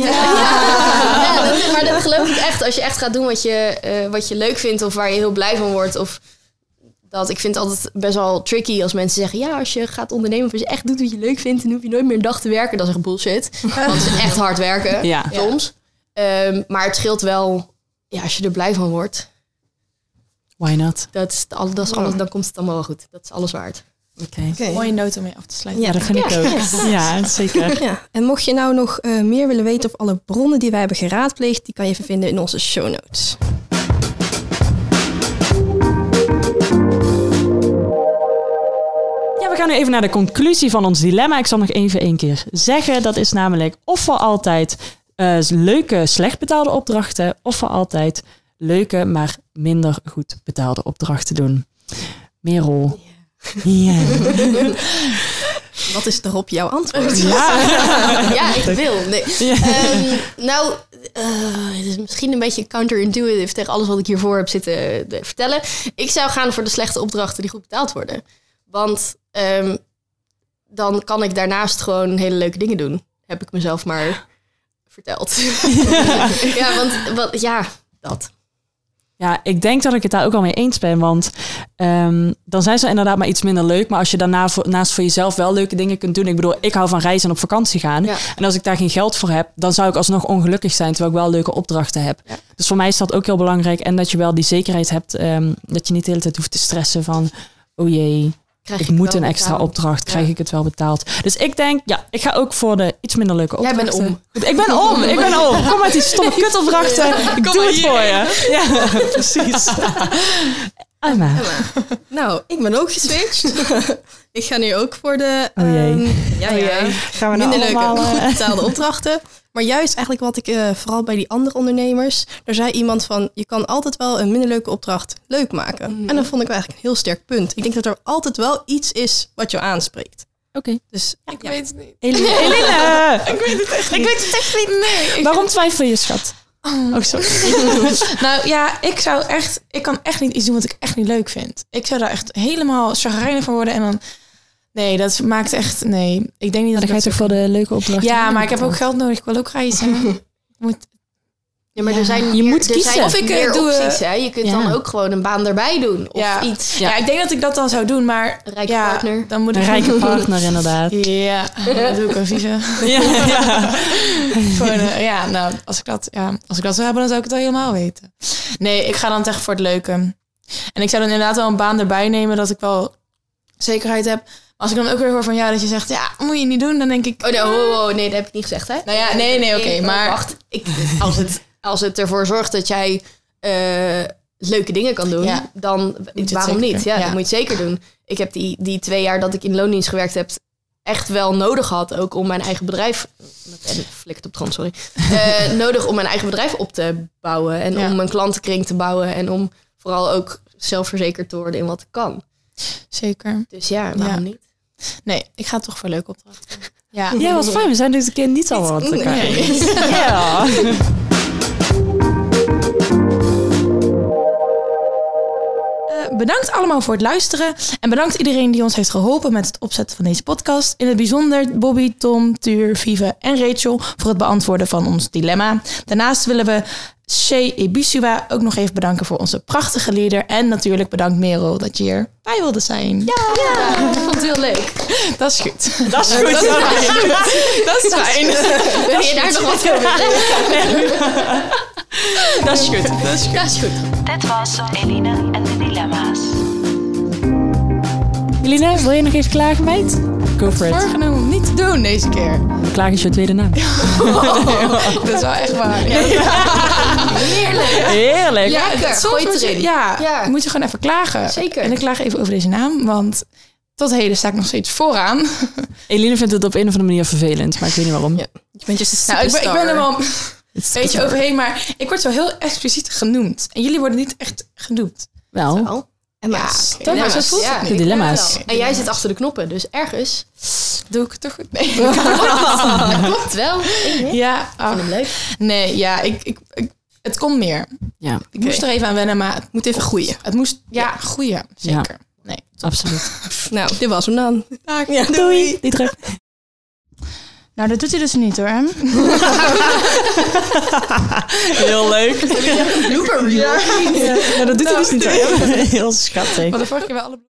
[SPEAKER 2] Maar dat geloof ik echt. Als je echt gaat doen wat je leuk vindt of waar je heel blij van wordt. Of dat, ik vind het altijd best wel tricky als mensen zeggen... als je gaat ondernemen of als je echt doet wat je leuk vindt... dan hoef je nooit meer een dag te werken. Dat is echt bullshit. Want het is echt hard werken, soms. Maar het scheelt wel, als je er blij van wordt.
[SPEAKER 1] Why not?
[SPEAKER 2] Dat is alles, dan komt het allemaal wel goed. Dat is alles waard.
[SPEAKER 1] Okay.
[SPEAKER 3] Mooie noot om mee af te sluiten.
[SPEAKER 1] Ja, dat vind ik ook. Ja, zeker.
[SPEAKER 5] Ja. En mocht je nou nog meer willen weten of alle bronnen die wij hebben geraadpleegd... die kan je even vinden in onze show notes.
[SPEAKER 1] Ja, we gaan nu even naar de conclusie van ons dilemma. Ik zal nog even één keer zeggen. Dat is namelijk of voor altijd... leuke, slecht betaalde opdrachten... of voor altijd leuke, maar minder goed betaalde opdrachten doen. Merel. Ja.
[SPEAKER 5] Wat is daarop jouw antwoord?
[SPEAKER 2] Ja, ik wil. Nee. Het is misschien een beetje counterintuitive tegen alles wat ik hiervoor heb zitten vertellen. Ik zou gaan voor de slechte opdrachten die goed betaald worden. Want dan kan ik daarnaast gewoon hele leuke dingen doen. Heb ik mezelf maar verteld. Dat.
[SPEAKER 1] Ja, ik denk dat ik het daar ook al mee eens ben. Want dan zijn ze inderdaad maar iets minder leuk. Maar als je daarna naast voor jezelf wel leuke dingen kunt doen. Ik bedoel, ik hou van reizen en op vakantie gaan. Ja. En als ik daar geen geld voor heb, dan zou ik alsnog ongelukkig zijn. Terwijl ik wel leuke opdrachten heb. Ja. Dus voor mij is dat ook heel belangrijk. En dat je wel die zekerheid hebt. Dat je niet de hele tijd hoeft te stressen van, oh jee, ik moet een extra opdracht. Krijg ik het wel betaald? Dus ik denk, ik ga ook voor de iets minder leuke opdrachten.
[SPEAKER 2] Jij bent om.
[SPEAKER 1] Ik ben om. Kom met die stomme kutopdrachten. Ik doe het voor je. Ja, precies. Emma.
[SPEAKER 5] Nou, ik ben ook geswitcht. Ik ga nu ook voor de
[SPEAKER 1] Gaan we
[SPEAKER 5] minder
[SPEAKER 1] allemaal,
[SPEAKER 5] leuke betaalde opdrachten. Maar juist eigenlijk wat ik vooral bij die andere ondernemers... Daar zei iemand van, je kan altijd wel een minder leuke opdracht leuk maken. En dat vond ik eigenlijk een heel sterk punt. Ik denk dat er altijd wel iets is wat jou aanspreekt.
[SPEAKER 1] Oké.
[SPEAKER 5] Dus
[SPEAKER 3] Ik weet het niet.
[SPEAKER 1] Eline!
[SPEAKER 3] Ik weet het echt niet. Nee.
[SPEAKER 1] Waarom twijfel je, schat? Oh, sorry.
[SPEAKER 3] Nou ja, ik kan echt niet iets doen wat ik echt niet leuk vind. Ik zou daar echt helemaal chagrijnig van worden en dan... Nee, dat maakt echt... Nee, ik denk niet dat
[SPEAKER 1] dan ga je toch voor de leuke opdracht.
[SPEAKER 3] Ja, maar ik heb ook geld nodig. Ik wil ook reizen.
[SPEAKER 2] Ja, maar er zijn
[SPEAKER 1] je moet kiezen.
[SPEAKER 2] Of ik doe opties, hè. Je kunt dan ook gewoon een baan erbij doen. Of iets.
[SPEAKER 3] Ja, ik denk dat ik dat dan zou doen, maar...
[SPEAKER 2] Een rijke partner.
[SPEAKER 3] Dan moet
[SPEAKER 1] een rijke partner, inderdaad.
[SPEAKER 3] Ja, dat doe ik een vieze. Gewoon, nou, als ik dat zou hebben, dan zou ik het wel helemaal weten. Nee, ik ga dan echt voor het leuke. En ik zou dan inderdaad wel een baan erbij nemen, dat ik wel zekerheid heb. Als ik dan ook weer hoor van dat je zegt, moet je niet doen, dan denk ik...
[SPEAKER 2] Nee, dat heb ik niet gezegd, hè?
[SPEAKER 3] Nou ja, nee, oké, maar...
[SPEAKER 2] Wacht, als het ervoor zorgt dat jij leuke dingen kan doen, dan waarom niet? Ja, dat moet je zeker doen. Ik heb die 2 jaar dat ik in loondienst gewerkt heb, echt wel nodig gehad ook om mijn eigen bedrijf... Flikkert op de grond, sorry. Nodig om mijn eigen bedrijf op te bouwen en om mijn klantenkring te bouwen en om vooral ook zelfverzekerd te worden in wat ik kan.
[SPEAKER 3] Zeker.
[SPEAKER 2] Dus waarom niet?
[SPEAKER 3] Nee, ik ga toch voor leuke opdrachten.
[SPEAKER 1] Ja, wat fijn. We zijn deze keer niet al wat elkaar. Ja.
[SPEAKER 3] Bedankt allemaal voor het luisteren. En bedankt iedereen die ons heeft geholpen met het opzetten van deze podcast. In het bijzonder Bobby, Tom, Tuur, Vive en Rachel voor het beantwoorden van ons dilemma. Daarnaast willen we Shea Ebisua ook nog even bedanken voor onze prachtige lieder. En natuurlijk bedankt Merel dat je hierbij wilde zijn.
[SPEAKER 2] Ja, ik vond het heel leuk.
[SPEAKER 3] Dat is goed.
[SPEAKER 1] Dat is goed.
[SPEAKER 3] Dat is fijn.
[SPEAKER 2] Wil je daar nog wat over zeggen?
[SPEAKER 3] Dat is goed.
[SPEAKER 2] Dat is goed.
[SPEAKER 9] Dit was Eline en de Dilemma's.
[SPEAKER 1] Eline, wil je nog even klagen, meid? Go for it.
[SPEAKER 3] Voorgenomen om niet te doen deze keer.
[SPEAKER 1] Klagen is je tweede naam.
[SPEAKER 3] Dat is wel echt waar.
[SPEAKER 2] Heerlijk.
[SPEAKER 3] Ja,
[SPEAKER 2] lekker. Gooi het erin.
[SPEAKER 3] Ja, moet je gewoon even klagen.
[SPEAKER 2] Zeker.
[SPEAKER 3] En ik klaag even over deze naam, want tot heden sta ik nog steeds vooraan.
[SPEAKER 1] Eline vindt het op een of andere manier vervelend, maar ik weet niet waarom.
[SPEAKER 5] Ja. Je bent dus
[SPEAKER 3] ik ben er wel een beetje overheen, maar ik word zo heel expliciet genoemd. En jullie worden niet echt genoemd.
[SPEAKER 1] Wel.
[SPEAKER 2] Emma's.
[SPEAKER 3] Zo voelt het
[SPEAKER 1] De
[SPEAKER 3] nu.
[SPEAKER 1] dilemma's.
[SPEAKER 2] En jij zit achter de knoppen, dus ergens...
[SPEAKER 3] Doe ik het toch goed? Nee.
[SPEAKER 2] Dat klopt wel.
[SPEAKER 3] Ja,
[SPEAKER 2] Ik vind hem leuk.
[SPEAKER 3] nee, ja, het komt meer.
[SPEAKER 1] Ja,
[SPEAKER 3] Ik moest er even aan wennen, maar het moet even groeien. Het moest, groeien. Zeker. Nee.
[SPEAKER 1] absoluut.
[SPEAKER 5] Nou, dit was hem dan.
[SPEAKER 3] Ja,
[SPEAKER 1] Doei. Die terug.
[SPEAKER 3] Nou, dat doet hij dus niet hoor.
[SPEAKER 1] Heel leuk.
[SPEAKER 2] Blooper reel.
[SPEAKER 1] Ja, dat doet hij dus niet. Heel schattig.
[SPEAKER 3] Maar de vorige keer wel alle